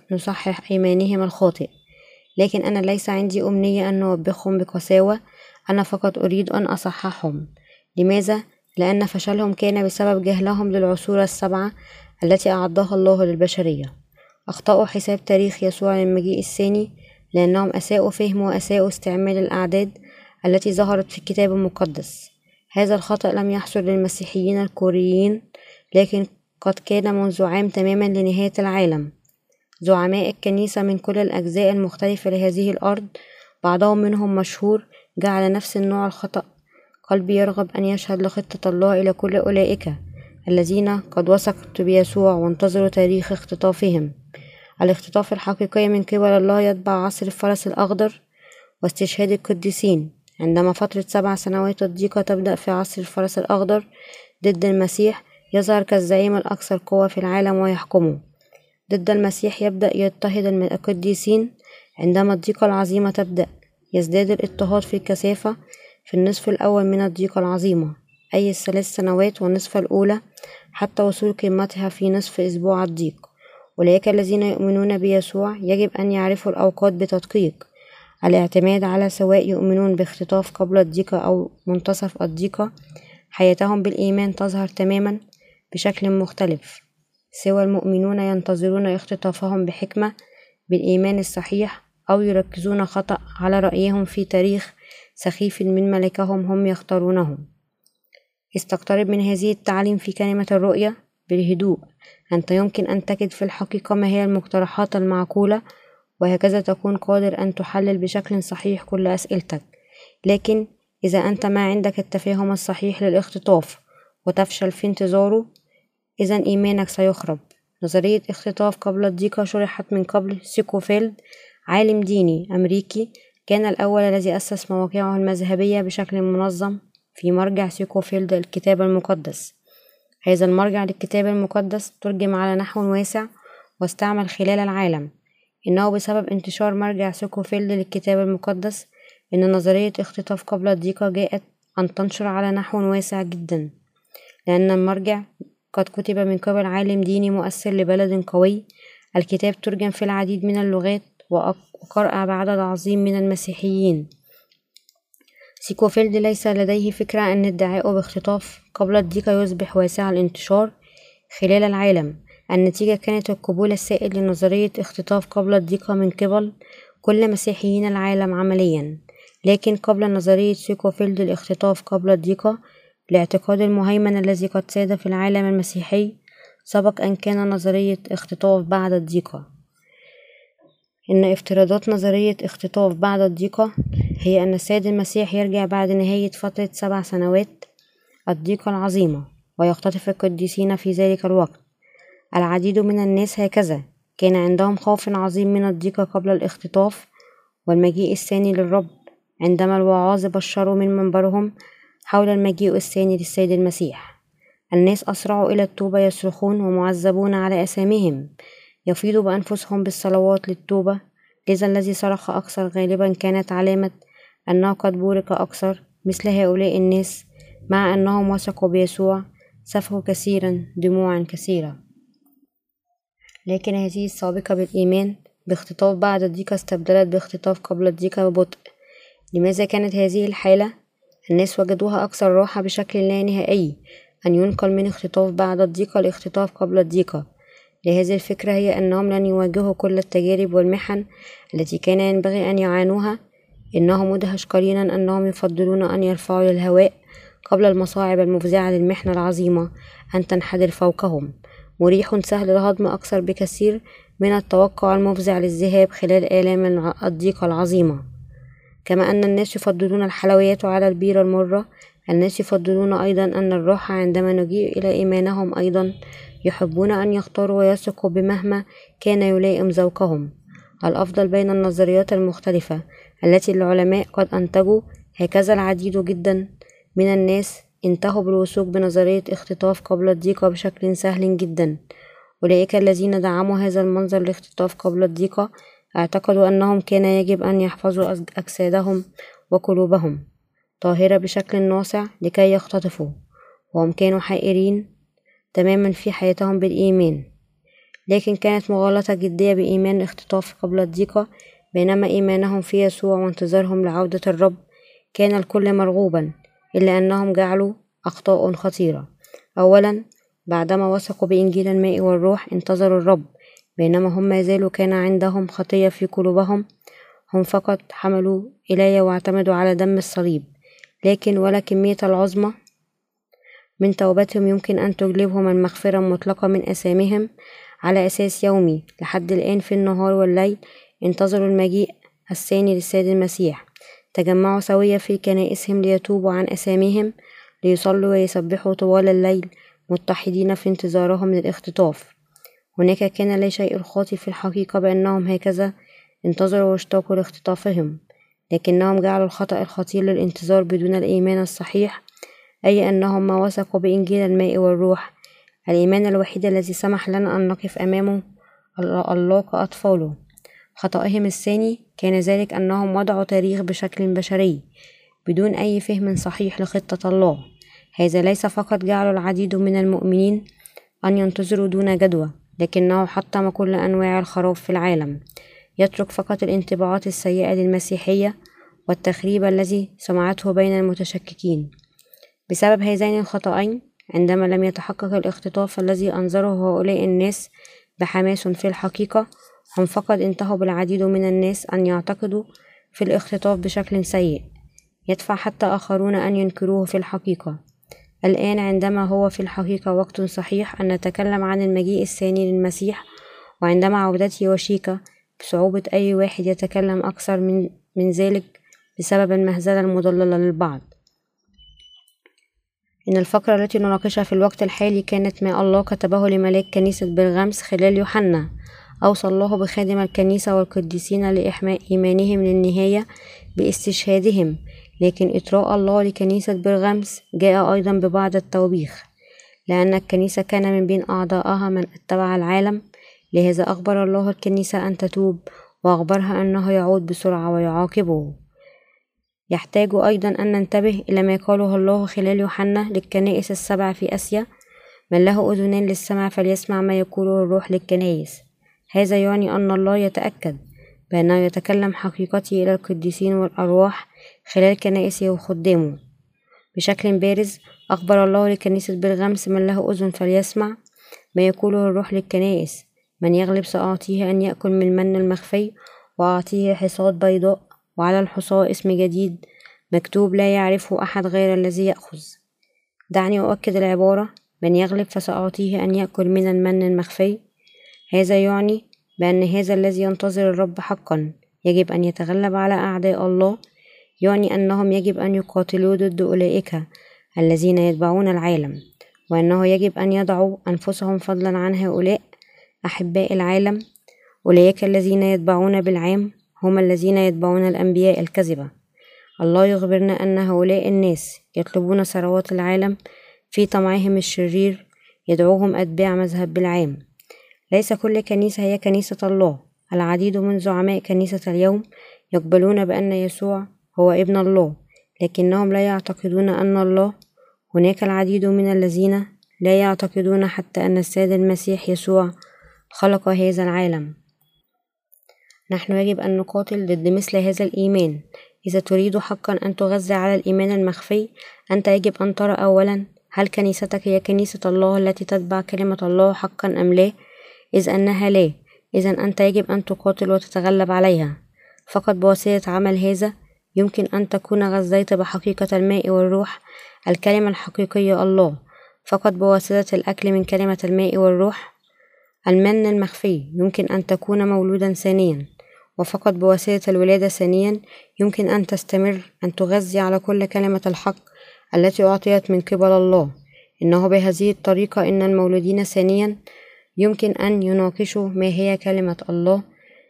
نصحح إيمانهم الخاطئ، لكن أنا ليس عندي أمنية أن نوبخهم بقساوة، أنا فقط أريد أن أصححهم. لماذا؟ لأن فشلهم كان بسبب جهلهم للعصور السبعة التي أعدها الله للبشرية. أخطأوا حساب تاريخ يسوع للمجيء الثاني لأنهم أساءوا فهم وأساءوا استعمال الأعداد التي ظهرت في الكتاب المقدس. هذا الخطأ لم يحصل للمسيحيين الكوريين، لكن قد كان منذ عام تماما لنهاية العالم. زعماء الكنيسة من كل الأجزاء المختلفة لهذه الأرض، بعضهم منهم مشهور، جعل نفس النوع الخطأ. قلبي يرغب أن يشهد لخطة الله إلى كل أولئك الذين قد وثقوا بيسوع وانتظروا تاريخ اختطافهم. الاختطاف الحقيقي من قبل الله يتبع عصر الفرس الأخضر واستشهاد القديسين. عندما فترة سبع سنوات الضيقة تبدأ في عصر الفرس الأخضر ضد المسيح، يظهر كالزعيم الأكثر قوة في العالم ويحكمه. ضد المسيح يبدأ يضطهد القديسين. عندما الضيقة العظيمة تبدأ، يزداد الاضطهاد في الكثافة في النصف الأول من الضيقة العظيمة، أي الثلاث سنوات والنصف الأولى، حتى وصول قمتها في نصف أسبوع الضيق. أولئك الذين يؤمنون بيسوع يجب أن يعرفوا الأوقات بتدقيق. الاعتماد على سواء يؤمنون باختطاف قبل الضيقة أو منتصف الضيقة، حياتهم بالإيمان تظهر تماما بشكل مختلف. سوى المؤمنون ينتظرون اختطافهم بحكمة بالإيمان الصحيح، أو يركزون خطأ على رأيهم في تاريخ سخيف من ملكهم هم يختارونه. استقترب من هذه التعليم في كلمة الرؤية بالهدوء. أنت يمكن أن تجد في الحقيقة ما هي المقترحات المعقولة، وهكذا تكون قادر أن تحلل بشكل صحيح كل أسئلتك. لكن إذا أنت ما عندك التفاهم الصحيح للاختطاف وتفشل في انتظاره، إذن إيمانك سيخرب. نظرية اختطاف قبل الضيقة شرحت من قبل. سيكوفيلد، عالم ديني أمريكي، كان الأول الذي أسس مواقعه المذهبية بشكل منظم في مرجع سيكوفيلد الكتاب المقدس. هذا المرجع للكتاب المقدس ترجم على نحو واسع واستعمل خلال العالم. إنه بسبب انتشار مرجع سيكوفيلد للكتاب المقدس إن نظرية اختطاف قبل الضيقة جاءت أن تنشر على نحو واسع جدا، لأن المرجع قد كتب من قبل عالم ديني مؤثر لبلد قوي. الكتاب ترجم في العديد من اللغات وقرأ بعدد عظيم من المسيحيين. سيكوفيلد ليس لديه فكرة أن ادعاءه باختطاف قبل الضيقة يصبح واسع الانتشار خلال العالم. النتيجة كانت القبول السائد لنظرية اختطاف قبل الضيقة من قبل كل مسيحيين العالم عمليا. لكن قبل نظرية سيكوفيلد الاختطاف قبل الضيقة، الاعتقاد المهيمن الذي قد ساد في العالم المسيحي سبق أن كان نظرية اختطاف بعد الضيقة. إن افتراضات نظرية اختطاف بعد الضيقة هي أن السيد المسيح يرجع بعد نهاية فترة سبع سنوات الضيقة العظيمة ويختطف القديسين في ذلك الوقت. العديد من الناس هكذا كان عندهم خوف عظيم من الضيقة قبل الاختطاف والمجيء الثاني للرب. عندما الوعاظ بشروا من منبرهم حول المجيء الثاني للسيد المسيح، الناس أسرعوا إلى التوبة يصرخون ومعذبون على أسامهم، يفيضوا بأنفسهم بالصلوات للتوبة. لذا الذي صرخ أكثر غالبا كانت علامة أنه قد بورك أكثر. مثل هؤلاء الناس مع أنهم وثقوا بيسوع سفكوا كثيرا دموعا كثيرة. لكن هذه السابقة بالإيمان باختطاف بعد الضيقة استبدلت باختطاف قبل الضيقة ببطء. لماذا كانت هذه الحالة؟ الناس وجدوها أكثر راحة بشكل لا نهائي أن ينقل من اختطاف بعد الضيقة لاختطاف قبل الضيقة. لهذه الفكرة هي أنهم لن يواجهوا كل التجارب والمحن التي كان ينبغي أن يعانوها. إنه مدهش قليلا أنهم يفضلون أن يرفعوا للهواء قبل المصاعب المفزعة للمحنة العظيمة أن تنحدر فوقهم. مريح سهل الهضم أكثر بكثير من التوقع المفزع للذهاب خلال آلام الضيقة العظيمة. كما أن الناس يفضلون الحلويات على البيرة المرة، الناس يفضلون أيضا أن الراحة عندما نجيء إلى إيمانهم. أيضا يحبون أن يختاروا ويثقوا بمهما كان يلائم ذوقهم الأفضل بين النظريات المختلفة التي العلماء قد أنتجوا. هكذا العديد جدا من الناس انتهوا بالوثوق بنظرية اختطاف قبل الضيقة بشكل سهل جدا. أولئك الذين دعموا هذا المنظر لاختطاف قبل الضيقة اعتقدوا أنهم كان يجب أن يحفظوا أجسادهم وقلوبهم طاهرة بشكل ناصع لكي يختطفوا، وهم كانوا حائرين تماما في حياتهم بالإيمان. لكن كانت مغالطة جدية بإيمان الاختطاف قبل الضيقة، بينما إيمانهم في يسوع وانتظارهم لعودة الرب كان الكل مرغوبا، إلا أنهم جعلوا أخطاء خطيرة. أولا، بعدما وثقوا بإنجيل الماء والروح انتظروا الرب، بينما هم ما زالوا كان عندهم خطية في قلوبهم. هم فقط حملوا إلي واعتمدوا على دم الصليب، لكن ولا كمية العظمى من توبتهم يمكن أن تجلبهم المغفرة المطلقة من أثامهم على أساس يومي. لحد الآن في النهار والليل انتظروا المجيء الثاني للسيد المسيح. تجمعوا سويا في كنائسهم ليتوبوا عن أثامهم، ليصلوا ويسبحوا طوال الليل متحدين في انتظارهم للاختطاف. هناك كان لا شيء خاطئ في الحقيقة بأنهم هكذا انتظروا واشتاقوا لاختطافهم، لكنهم جعلوا الخطأ الخطير للانتظار بدون الإيمان الصحيح، أي أنهم ما وثقوا بإنجيل الماء والروح، الإيمان الوحيد الذي سمح لنا أن نقف أمامه الله كأطفاله. خطأهم الثاني كان ذلك أنهم وضعوا تاريخ بشكل بشري بدون أي فهم صحيح لخطة الله. هذا ليس فقط جعل العديد من المؤمنين أن ينتظروا دون جدوى، لكنه حطم كل أنواع الخراب في العالم، يترك فقط الانطباعات السيئة للمسيحية والتخريب الذي سمعته بين المتشككين. بسبب هذين الخطأين، عندما لم يتحقق الاختطاف الذي أنظره هؤلاء الناس بحماس في الحقيقة، هم فقط انتهوا بالعديد من الناس أن يعتقدوا في الاختطاف بشكل سيء، يدفع حتى آخرون أن ينكروه في الحقيقة. الآن عندما هو في الحقيقة وقت صحيح أن نتكلم عن المجيء الثاني للمسيح، وعندما عودته وشيكة بصعوبة أي واحد يتكلم أكثر من, من ذلك بسبب المهزلة المضللة للبعض. إن الفقرة التي نناقشها في الوقت الحالي كانت ما الله كتبه لملاك كنيسة برغامس خلال يوحنا. أوصى الله بخادم الكنيسة والقديسين لإحماء إيمانهم للنهاية باستشهادهم، لكن إطراء الله لكنيسة برغامس جاء أيضا ببعض التوبيخ، لأن الكنيسة كان من بين أعضائها من اتبع العالم. لهذا أخبر الله الكنيسة أن تتوب، وأخبرها أنه يعود بسرعة ويعاقبه. يحتاج أيضا أن ننتبه إلى ما قاله الله خلال يوحنا للكنائس السبع في آسيا: من له أذنان للسمع فليسمع ما يقوله الروح للكنائس. هذا يعني أن الله يتأكد بأنه يتكلم حقيقته إلى القديسين والأرواح خلال كنائسه وخدامه. بشكل بارز أخبر الله لكنيسة برغامس: من له أذن فليسمع ما يقوله الروح للكنائس. من يغلب سأعطيه أن يأكل من المن المخفي، وأعطيه حصاد بيضاء، وعلى الحصاة اسم جديد مكتوب لا يعرفه أحد غير الذي يأخذ. دعني أؤكد العبارة: من يغلب فسأعطيه أن يأكل من المن المخفي. هذا يعني بأن هذا الذي ينتظر الرب حقا يجب أن يتغلب على أعداء الله، يعني أنهم يجب أن يقاتلوا ضد أولئك الذين يتبعون العالم، وأنه يجب أن يضعوا أنفسهم فضلا عن هؤلاء أحباء العالم. أولئك الذين يتبعون بالعام هم الذين يتبعون الأنبياء الكذبة. الله يخبرنا أن هؤلاء الناس يطلبون ثروات العالم في طمعهم الشرير، يدعوهم أتباع مذهب بالعام. ليس كل كنيسة هي كنيسة الله. العديد من زعماء كنيسة اليوم يقبلون بأن يسوع هو ابن الله، لكنهم لا يعتقدون أن الله. هناك العديد من الذين لا يعتقدون حتى أن السيد المسيح يسوع خلق هذا العالم. نحن يجب أن نقاتل ضد مثل هذا الإيمان. إذا تريد حقا أن تغذي على الإيمان المخفي، أنت يجب أن ترى أولا هل كنيستك هي كنيسة الله التي تتبع كلمة الله حقا أم لا. إذ أنها لا، إذن أنت يجب أن تقاتل وتتغلب عليها. فقط بواسطة عمل هذا يمكن أن تكون غذيت بحقيقة الماء والروح، الكلمة الحقيقية الله. فقط بواسطة الأكل من كلمة الماء والروح المن المخفي يمكن أن تكون مولودا ثانيا. وفقط بواسطة الولادة ثانيا يمكن أن تستمر أن تغذي على كل كلمة الحق التي أعطيت من قبل الله. إنه بهذه الطريقة إن المولودين ثانيا يمكن أن يناقشوا ما هي كلمة الله،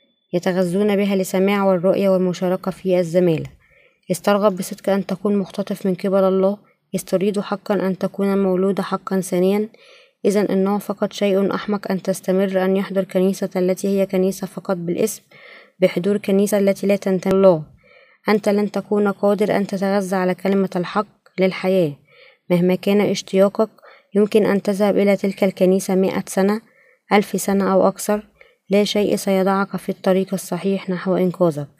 يتغذون بها لسماع والرؤية والمشاركة في الزمالة. استرغب بصدق أن تكون مختطف من قبل الله. استريد حقا أن تكون مولودة حقا ثانيا. إذن إنه فقط شيء أحمق أن تستمر أن يحضر كنيسة التي هي كنيسة فقط بالاسم بحضور كنيسة التي لا تنتمي الله. أنت لن تكون قادر أن تتغذى على كلمة الحق للحياة. مهما كان اشتياقك يمكن أن تذهب إلى تلك الكنيسة مئة سنة، ألف سنة أو أكثر، لا شيء سيضعك في الطريق الصحيح نحو إنقاذك.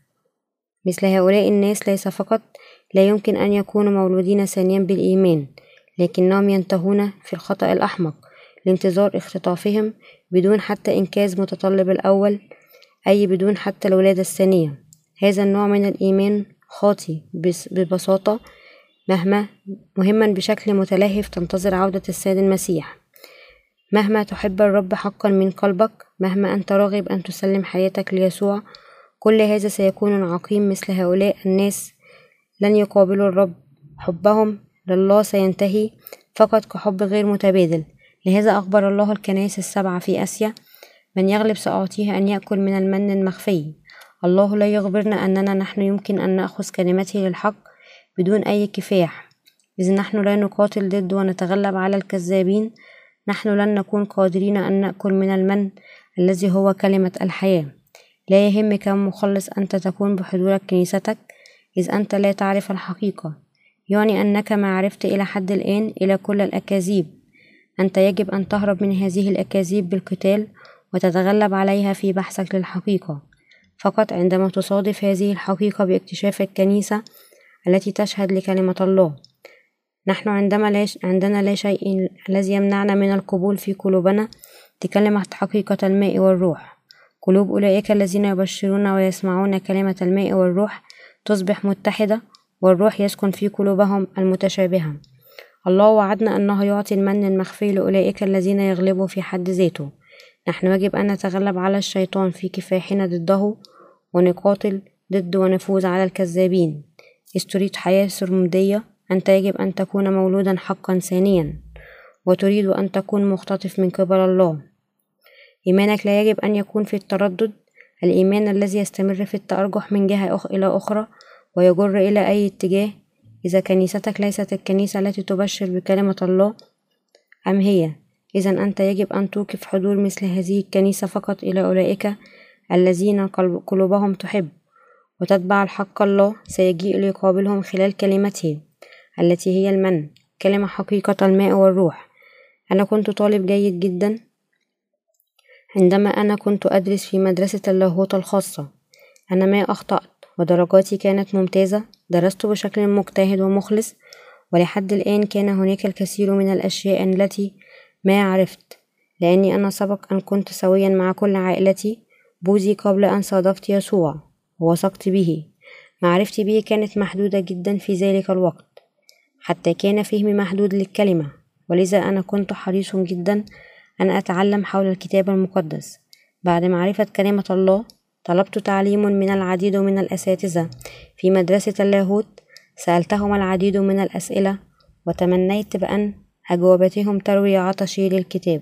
مثل هؤلاء الناس ليس فقط لا يمكن أن يكونوا مولودين ثانيا بالإيمان، لكنهم ينتهون في الخطأ الأحمق لانتظار اختطافهم بدون حتى إنقاذ متطلب الأول، أي بدون حتى الولادة الثانية. هذا النوع من الإيمان خاطئ ببساطة. مهما مهما بشكل متلهف تنتظر عودة السيد المسيح. مهما تحب الرب حقا من قلبك، مهما أنت راغب أن تسلم حياتك ليسوع، كل هذا سيكون عقيم. مثل هؤلاء الناس لن يقابلوا الرب. حبهم لله سينتهي فقط كحب غير متبادل. لهذا أخبر الله الكنائس السبعة في آسيا: من يغلب سأعطيه أن يأكل من المن المخفي. الله لا يخبرنا أننا نحن يمكن أن نأخذ كلمته للحق بدون أي كفاح. إذ نحن لا نقاتل ضد ونتغلب على الكذابين، نحن لن نكون قادرين أن نأكل من المن الذي هو كلمة الحياة. لا يهم كم مخلص أنت تكون بحضورك كنيستك، إذ أنت لا تعرف الحقيقة، يعني أنك ما عرفت إلى حد الآن إلى كل الأكاذيب. أنت يجب أن تهرب من هذه الأكاذيب بالقتال وتتغلب عليها في بحثك للحقيقة. فقط عندما تصادف هذه الحقيقة باكتشاف الكنيسة التي تشهد لكلمة الله. نحن عندما لا عندنا لا شيء الذي يمنعنا من القبول في قلوبنا لكلمة حقيقة الماء والروح. قلوب أولئك الذين يبشرون ويسمعون كلمة الماء والروح تصبح متحدة، والروح يسكن في قلوبهم المتشابهة. الله وعدنا أنه يعطي المن المخفي لأولئك الذين يغلبوا في حد ذاته. نحن يجب أن نتغلب على الشيطان في كفاحنا ضده، ونقاتل ضد ونفوز على الكذابين. إذ تريد حياة سرمدية، أنت يجب أن تكون مولودا حقا ثانيا، وتريد أن تكون مختطف من قبل الله. إيمانك لا يجب أن يكون في التردد، الإيمان الذي يستمر في التأرجح من جهة أخ إلى أخرى ويجر إلى أي اتجاه. إذا كنيستك ليست الكنيسة التي تبشر بكلمة الله أم هي، إذن أنت يجب أن توقف حضور مثل هذه الكنيسة فقط إلى أولئك الذين قلوبهم تحب وتتبع الحق. الله سيجيء ليقابلهم خلال كلمته التي هي المن، كلمة حقيقة الماء والروح. أنا كنت طالب جيد جدا عندما أنا كنت أدرس في مدرسة اللاهوت الخاصة. أنا ما أخطأت ودرجاتي كانت ممتازة. درست بشكل مجتهد ومخلص، ولحد الآن كان هناك الكثير من الأشياء التي ما عرفت، لأني أنا سبق أن كنت سويا مع كل عائلتي بوذي قبل أن صادفت يسوع ووثقت به. معرفتي به كانت محدودة جدا في ذلك الوقت، حتى كان فهمي محدود للكلمة، ولذا أنا كنت حريص جدا أن أتعلم حول الكتاب المقدس. بعد معرفة كلمة الله طلبت تعليم من العديد من الأساتذة في مدرسة اللاهوت. سألتهم العديد من الأسئلة وتمنيت بأن أجوبتهم تروي عطشي للكتاب.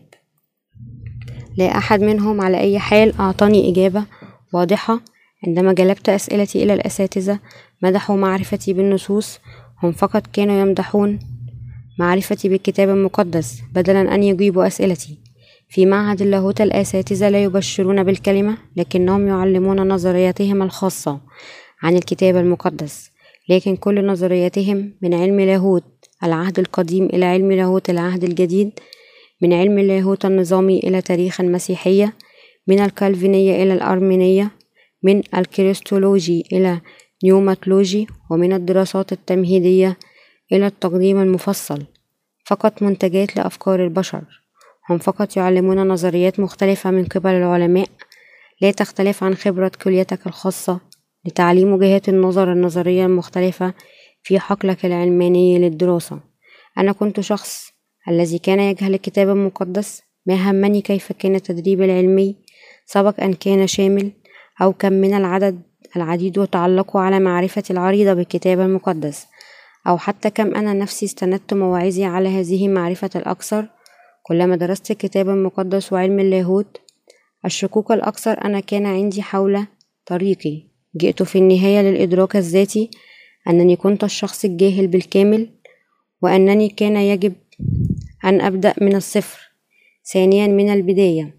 لا أحد منهم على أي حال أعطاني إجابة واضحة. عندما جلبت أسئلتي إلى الأساتذة مدحوا معرفتي بالنصوص، هم فقط كانوا يمدحون معرفتي بالكتاب المقدس بدلا أن يجيبوا أسئلتي. في معهد اللاهوت الأساتذة لا يبشرون بالكلمة، لكنهم يعلمون نظرياتهم الخاصة عن الكتاب المقدس. لكن كل نظرياتهم من علم لاهوت العهد القديم إلى علم لاهوت العهد الجديد، من علم اللاهوت النظامي إلى تاريخ المسيحية، من الكالفينية إلى الأرمينية، من الكريستولوجي إلى نيوماتولوجي، ومن الدراسات التمهيدية إلى التقديم المفصل، فقط منتجات لأفكار البشر. هم فقط يعلمون نظريات مختلفة من قبل العلماء لا تختلف عن خبرة كليتك الخاصة لتعليم وجهات النظر النظرية المختلفة في حقلك العلماني للدراسة. أنا كنت شخص الذي كان يجهل الكتاب المقدس. ما همني كيف كان التدريب العلمي، سبق أن كان شامل أو كم من العدد العديد وتعلقوا على معرفتي العريضة بالكتاب المقدس، أو حتى كم أنا نفسي استندت مواعظي على هذه المعرفة الأكثر. كلما درست الكتاب المقدس وعلم اللاهوت، الشكوك الأكثر أنا كان عندي حول طريقي. جئت في النهاية للإدراك الذاتي أنني كنت الشخص الجاهل بالكامل، وأنني كان يجب أن أبدأ من الصفر. ثانيا، من البداية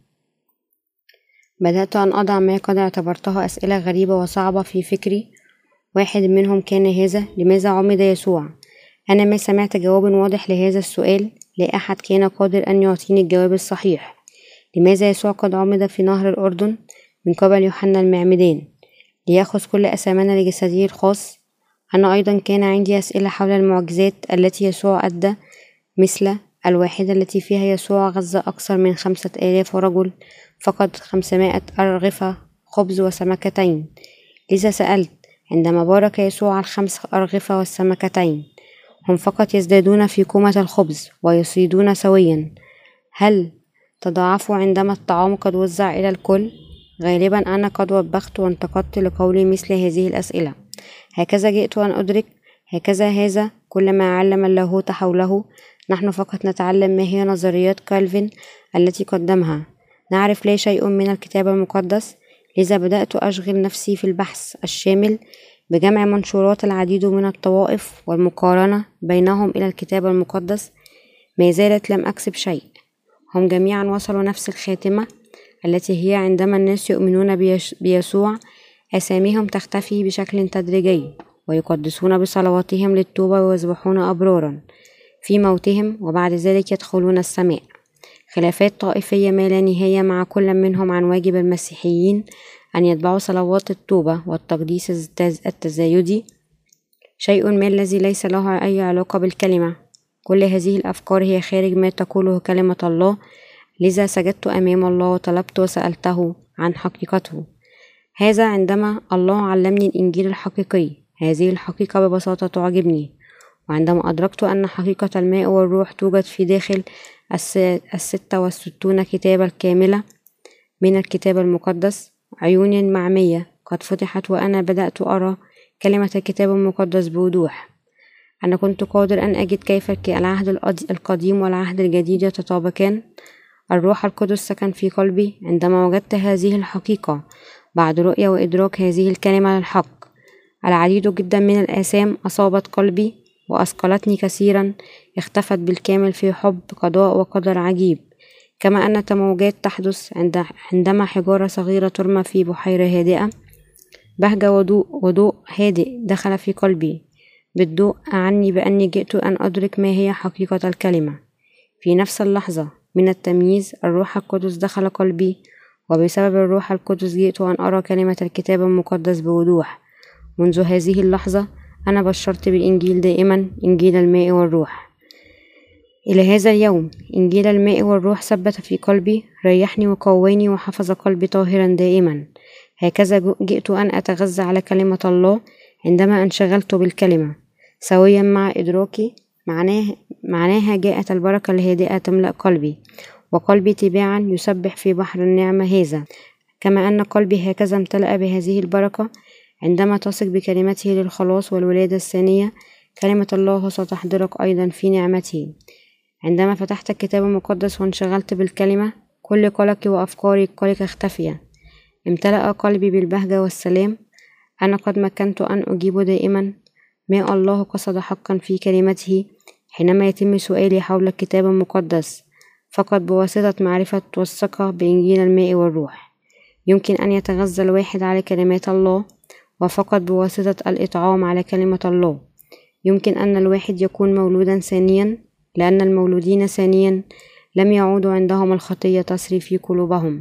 بدأت أن أضع ما قد اعتبرتها أسئلة غريبة وصعبة في فكري. واحد منهم كان هذا: لماذا عمد يسوع؟ أنا ما سمعت جواب واضح لهذا السؤال. لا أحد كان قادر أن يعطيني الجواب الصحيح. لماذا يسوع قد عمد في نهر الأردن من قبل يوحنا المعمدان ليأخذ كل أثامنا لجسده الخاص؟ أنا أيضا كان عندي أسئلة حول المعجزات التي يسوع أدى، مثل الواحدة التي فيها يسوع غذى أكثر من خمسة آلاف رجل، فقد خمسمائة أرغفة خبز وسمكتين. لذا سألت: عندما بارك يسوع الخمس أرغفة والسمكتين، هم فقط يزدادون في كومة الخبز ويصيدون سويا، هل تضاعفوا عندما الطعام قد وزع إلى الكل؟ غالبا أنا قد وبخت وانتقدت لقولي مثل هذه الأسئلة. هكذا جئت أن أدرك، هكذا هذا كل ما علم اللاهوت حوله. نحن فقط نتعلم ما هي نظريات كالفين التي قدمها، نعرف لا شيء من الكتاب المقدس. لذا بدأت أشغل نفسي في البحث الشامل بجمع منشورات العديد من الطوائف والمقارنة بينهم إلى الكتاب المقدس. ما زالت لم أكسب شيء. هم جميعا وصلوا نفس الخاتمة، التي هي عندما الناس يؤمنون بيسوع أساميهم تختفي بشكل تدريجي، ويقدسون بصلواتهم للتوبة ويصبحون أبرارا في موتهم، وبعد ذلك يدخلون السماء. خلافات طائفية ما لا نهاية مع كل منهم عن واجب المسيحيين أن يتبعوا صلوات التوبة والتقديس التزايدي، شيء ما الذي ليس له أي علاقة بالكلمة. كل هذه الأفكار هي خارج ما تقوله كلمة الله. لذا سجدت أمام الله وطلبت وسألته عن حقيقته. هذا عندما الله علمني الإنجيل الحقيقي. هذه الحقيقة ببساطة تعجبني. وعندما أدركت أن حقيقة الماء والروح توجد في داخل الستة والستون كتابة الكاملة من الكتاب المقدس، عيوني المعمية قد فتحت وأنا بدأت أرى كلمة الكتاب المقدس بوضوح. أنا كنت قادر أن أجد كيف العهد القديم والعهد الجديد يتطابقان. الروح القدس سكن في قلبي عندما وجدت هذه الحقيقة. بعد رؤية وإدراك هذه الكلمة للحق، العديد جدا من الآثام أصابت قلبي وأثقلتني كثيرا، اختفت بالكامل في حب قضاء وقدر عجيب، كما أن تموجات تحدث عندما حجارة صغيرة ترمى في بحيرة هادئة. بهجة وضوء وضوء هادئ دخل في قلبي. بالضوء أعني بأني جئت أن أدرك ما هي حقيقة الكلمة. في نفس اللحظة من التمييز الروح القدس دخل قلبي، وبسبب الروح القدس جئت أن أرى كلمة الكتاب المقدس بوضوح. منذ هذه اللحظة أنا بشرت بالإنجيل دائما، إنجيل الماء والروح. إلى هذا اليوم إنجيل الماء والروح ثبت في قلبي، ريحني وقواني وحفظ قلبي طاهرا دائما. هكذا جئت أن أتغذى على كلمة الله عندما انشغلت بالكلمة، سويا مع إدراكي معناه معناها جاءت البركة الهادئة تملأ قلبي، وقلبي تباعا يسبح في بحر النعمة هذا. كما أن قلبي هكذا امتلأ بهذه البركة عندما تثق بكلمته للخلاص والولادة الثانية. كلمة الله ستحضرك أيضا في نعمته. عندما فتحت الكتاب المقدس وانشغلت بالكلمة، كل قلقي وأفكاري القلقة اختفيا. امتلأ قلبي بالبهجة والسلام. أنا قد مكنت أن أجيب دائما ما الله قصد حقا في كلمته حينما يتم سؤالي حول الكتاب المقدس، فقط بواسطة معرفة والثقة بإنجيل الماء والروح. يمكن أن يتغذى الواحد على كلمات الله وفقط بواسطة الإطعام على كلمة الله. يمكن أن الواحد يكون مولودا ثانيا، لأن المولودين ثانيا لم يعودوا عندهم الخطية تسري في قلوبهم.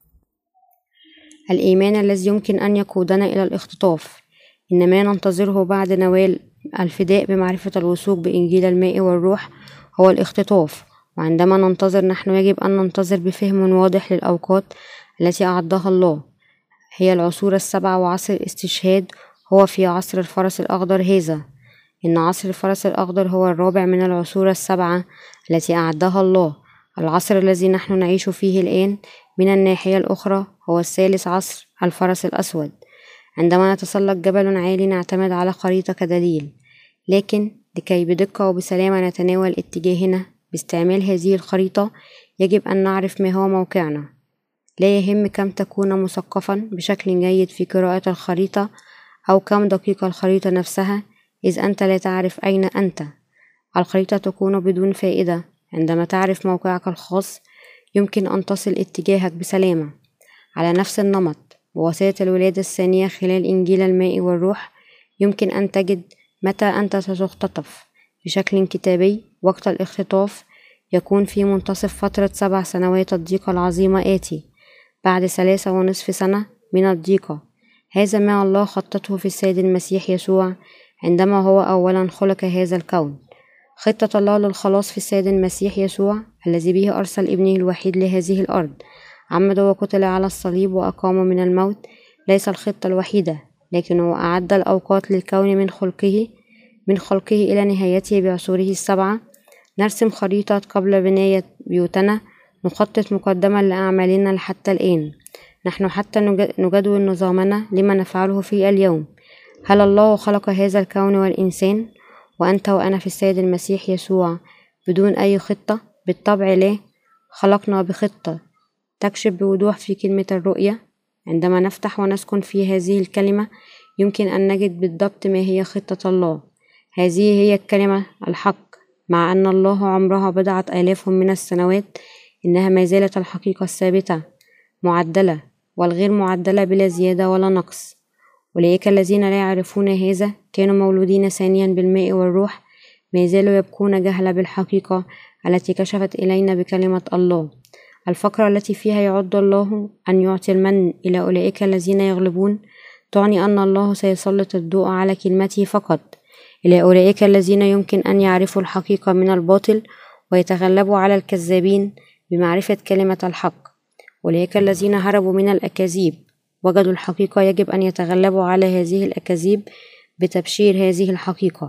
الإيمان الذي يمكن أن يقودنا إلى الاختطاف إن ما ننتظره بعد نوال الفداء بمعرفة الوثوق بإنجيل الماء والروح هو الاختطاف. وعندما ننتظر نحن يجب أن ننتظر بفهم واضح للأوقات التي أعدها الله. هي العصور السبعة، وعصر الاستشهاد هو في عصر الفرس الأخضر هذا. إن عصر الفرس الأخضر هو الرابع من العصور السبعة التي أعدها الله. العصر الذي نحن نعيش فيه الآن من الناحية الأخرى هو الثالث، عصر الفرس الأسود. عندما نتسلق جبل عالي نعتمد على خريطة كدليل، لكن لكي بدقة وبسلامة نتناول اتجاهنا باستعمال هذه الخريطة يجب أن نعرف ما هو موقعنا. لا يهم كم تكون مثقفا بشكل جيد في قراءة الخريطة أو كم دقيقة الخريطة نفسها، إذ أنت لا تعرف أين أنت. الخريطة تكون بدون فائدة. عندما تعرف موقعك الخاص يمكن أن تصل اتجاهك بسلامة. على نفس النمط، بواسطة الولادة الثانية خلال إنجيل الماء والروح يمكن أن تجد متى أنت ستختطف بشكل كتابي. وقت الاختطاف يكون في منتصف فترة سبع سنوات الضيقة العظيمة آتي بعد ثلاثة ونصف سنة من الضيقة. هذا ما الله خطته في السيد المسيح يسوع عندما هو أولا خلق هذا الكون. خطة الله للخلاص في السيد المسيح يسوع الذي به أرسل ابنه الوحيد لهذه الأرض، عمد وقتل على الصليب وأقام من الموت، ليس الخطة الوحيدة، لكنه أعد الأوقات للكون من خلقه من خلقه إلى نهايته بعصوره السبعة. نرسم خريطة قبل بناية بيوتنا، نخطط مقدما لأعمالنا حتى الآن. نحن حتى نجدول نظامنا لما نفعله في اليوم. هل الله خلق هذا الكون والإنسان وأنت وأنا في السيد المسيح يسوع بدون أي خطة؟ بالطبع لا. خلقنا بخطة تكشف بوضوح في كلمة الرؤية. عندما نفتح ونسكن في هذه الكلمة يمكن أن نجد بالضبط ما هي خطة الله. هذه هي الكلمة الحق. مع أن الله عمرها بضعة آلاف من السنوات، إنها ما زالت الحقيقة الثابتة، معدلة والغير معدلة بلا زيادة ولا نقص. أولئك الذين لا يعرفون هذا كانوا مولودين ثانيا بالماء والروح ما زالوا يبقون جهلا بالحقيقة التي كشفت إلينا بكلمة الله. الفقرة التي فيها يعد الله أن يعطي المن إلى أولئك الذين يغلبون تعني أن الله سيسلط الضوء على كلمته فقط إلى أولئك الذين يمكن أن يعرفوا الحقيقة من الباطل ويتغلبوا على الكذابين بمعرفة كلمة الحق. أولئك الذين هربوا من الأكاذيب وجدوا الحقيقة يجب أن يتغلبوا على هذه الأكاذيب بتبشير هذه الحقيقة.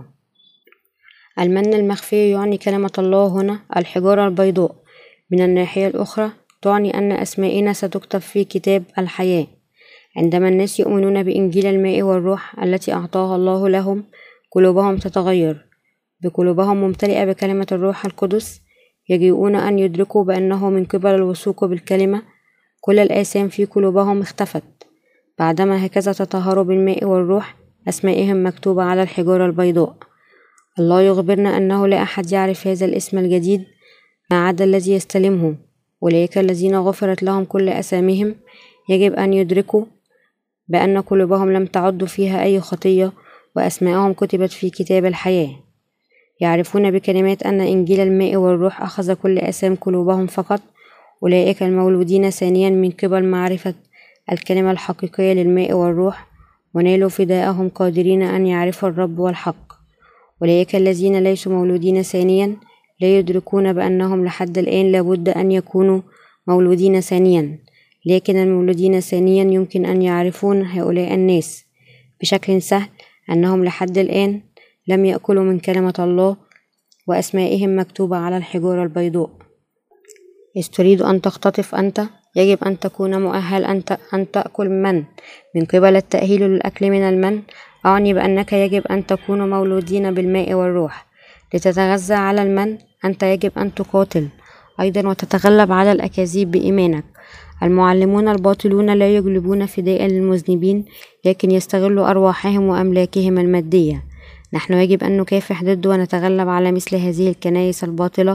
المن المخفي يعني كلمة الله هنا الحجارة البيضاء. من الناحية الأخرى تعني أن أسمائنا ستكتب في كتاب الحياة. عندما الناس يؤمنون بإنجيل الماء والروح التي أعطاها الله لهم قلوبهم تتغير. بقلوبهم ممتلئة بكلمة الروح القدس يجيئون أن يدركوا بأنه من قبل الوثوق بالكلمة كل الآثام في قلوبهم اختفت. بعدما هكذا تطهروا بالماء والروح أسمائهم مكتوبة على الحجارة البيضاء. الله يخبرنا أنه لا أحد يعرف هذا الاسم الجديد ما عدا الذي يستلمه. أولئك الذين غفرت لهم كل أسامهم يجب أن يدركوا بأن قلوبهم لم تعد فيها أي خطية وأسمائهم كتبت في كتاب الحياة. يعرفون بكلمات أن إنجيل الماء والروح أخذ كل أسام قلوبهم فقط. أولئك المولودين ثانيا من قبل معرفة الكلمة الحقيقية للماء والروح ونالوا فداءهم قادرين أن يعرفوا الرب والحق. أولئك الذين ليسوا مولودين ثانيا لا يدركون بأنهم لحد الآن لابد أن يكونوا مولودين ثانيا، لكن المولودين ثانيا يمكن أن يعرفون هؤلاء الناس بشكل سهل أنهم لحد الآن لم يأكلوا من كلمة الله وأسمائهم مكتوبة على الحجارة البيضاء. إذ تريد أن تختطف أنت يجب أن تكون مؤهل أن تأكل من من قبل التأهيل للأكل من المن. أعني بأنك يجب أن تكون مولودين بالماء والروح. لتتغذى على المن أنت يجب أن تقاتل أيضا وتتغلب على الأكاذيب بإيمانك. المعلمون الباطلون لا يجلبون فداء للمذنبين، لكن يستغلوا أرواحهم وأملاكهم المادية. نحن يجب أن نكافح ضد ونتغلب على مثل هذه الكنائس الباطلة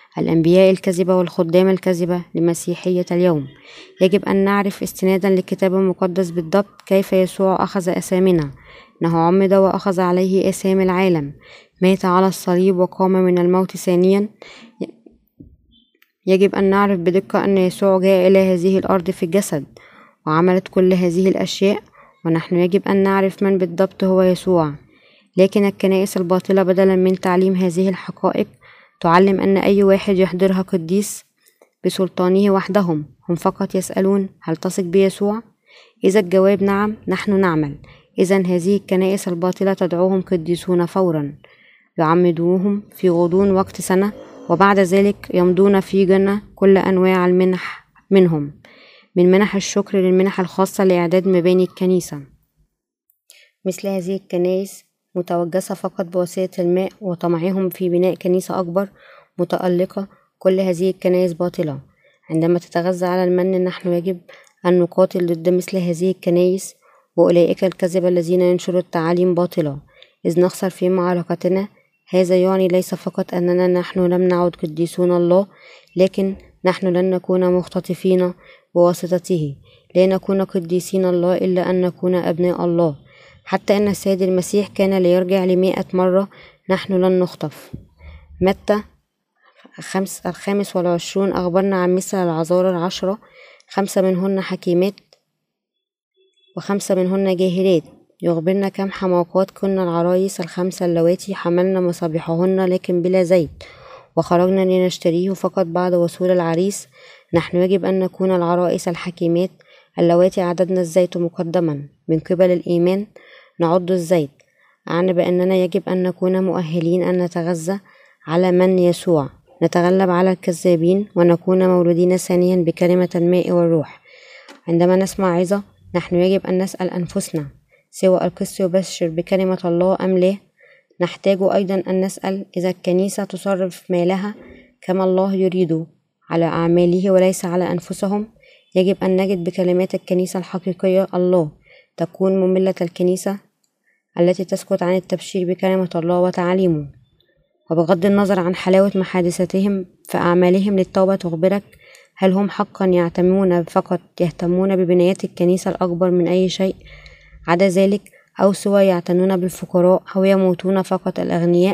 الأنبياء الكذبة والخدام الكذبة لمسيحية اليوم. يجب أن نعرف استنادا للكتاب المقدس بالضبط كيف يسوع أخذ أثامنا، إنه عمد وأخذ عليه آثام العالم، مات على الصليب وقام من الموت ثانيا. يجب أن نعرف بدقة أن يسوع جاء إلى هذه الأرض في الجسد وعملت كل هذه الأشياء، ونحن يجب أن نعرف من بالضبط هو يسوع. لكن الكنائس الباطلة بدلا من تعليم هذه الحقائق تعلم أن أي واحد يحضرها قديس بسلطانه وحدهم. هم فقط يسألون: هل تثق بيسوع؟ إذا الجواب نعم، نحن نعمل. إذا هذه الكنائس الباطلة تدعوهم قديسون فورا، يعمدوهم في غضون وقت سنة، وبعد ذلك يمضون في جنة كل أنواع المنح منهم، من منح الشكر للمنح الخاصة لإعداد مباني الكنيسة. مثل هذه الكنائس متوجسة فقط بواسطة الماء وطمعهم في بناء كنيسة أكبر متألقة. كل هذه الكنائس باطلة. عندما تتغذى على المن، نحن يجب أن نقاتل ضد مثل هذه الكنائس وأولئك الكذبة الذين ينشروا التعاليم باطلة. إذ نخسر في معركتنا، هذا يعني ليس فقط أننا نحن لم نعد قديسون الله، لكن نحن لن نكون مختطفين بواسطته. لا نكون قديسين الله إلا أن نكون أبناء الله. حتى أن السيد المسيح كان ليرجع لمائة مرة، نحن لن نخطف. متى خمس الخامس والعشرون أخبرنا عن مثل العذارى العشرة، خمسة منهن حكيمات وخمسة منهن جاهلات. يخبرنا كم حماقات كنا العرايس الخمسة اللواتي حملنا مصابيحهن لكن بلا زيت، وخرجنا لنشتريه فقط بعد وصول العريس. نحن يجب أن نكون العرائس الحكيمات اللواتي عددنا الزيت مقدما من قبل الإيمان. نعد الزيت، أعني بأننا يجب أن نكون مؤهلين أن نتغذى على من يسوع، نتغلب على الكذابين، ونكون مولودين ثانيا بكلمة الماء والروح. عندما نسمع عظة، نحن يجب أن نسأل أنفسنا: سوى القس يبشر بكلمة الله أم لا؟ نحتاج أيضا أن نسأل إذا الكنيسة تصرف مالها كما الله يريد على أعماله وليس على أنفسهم. يجب أن نجد بكلمات الكنيسة الحقيقية الله تكون مملة الكنيسة التي تسكت عن التبشير بكلمة الله وتعاليمه. وبغض النظر عن حلاوة محادثتهم فأعمالهم للتوبة تخبرك هل هم حقا يعتمون فقط يهتمون ببنايات الكنيسة الأكبر من أي شيء عدا ذلك، أو سوى يعتنون بالفقراء، أو يموتون فقط الأغنياء،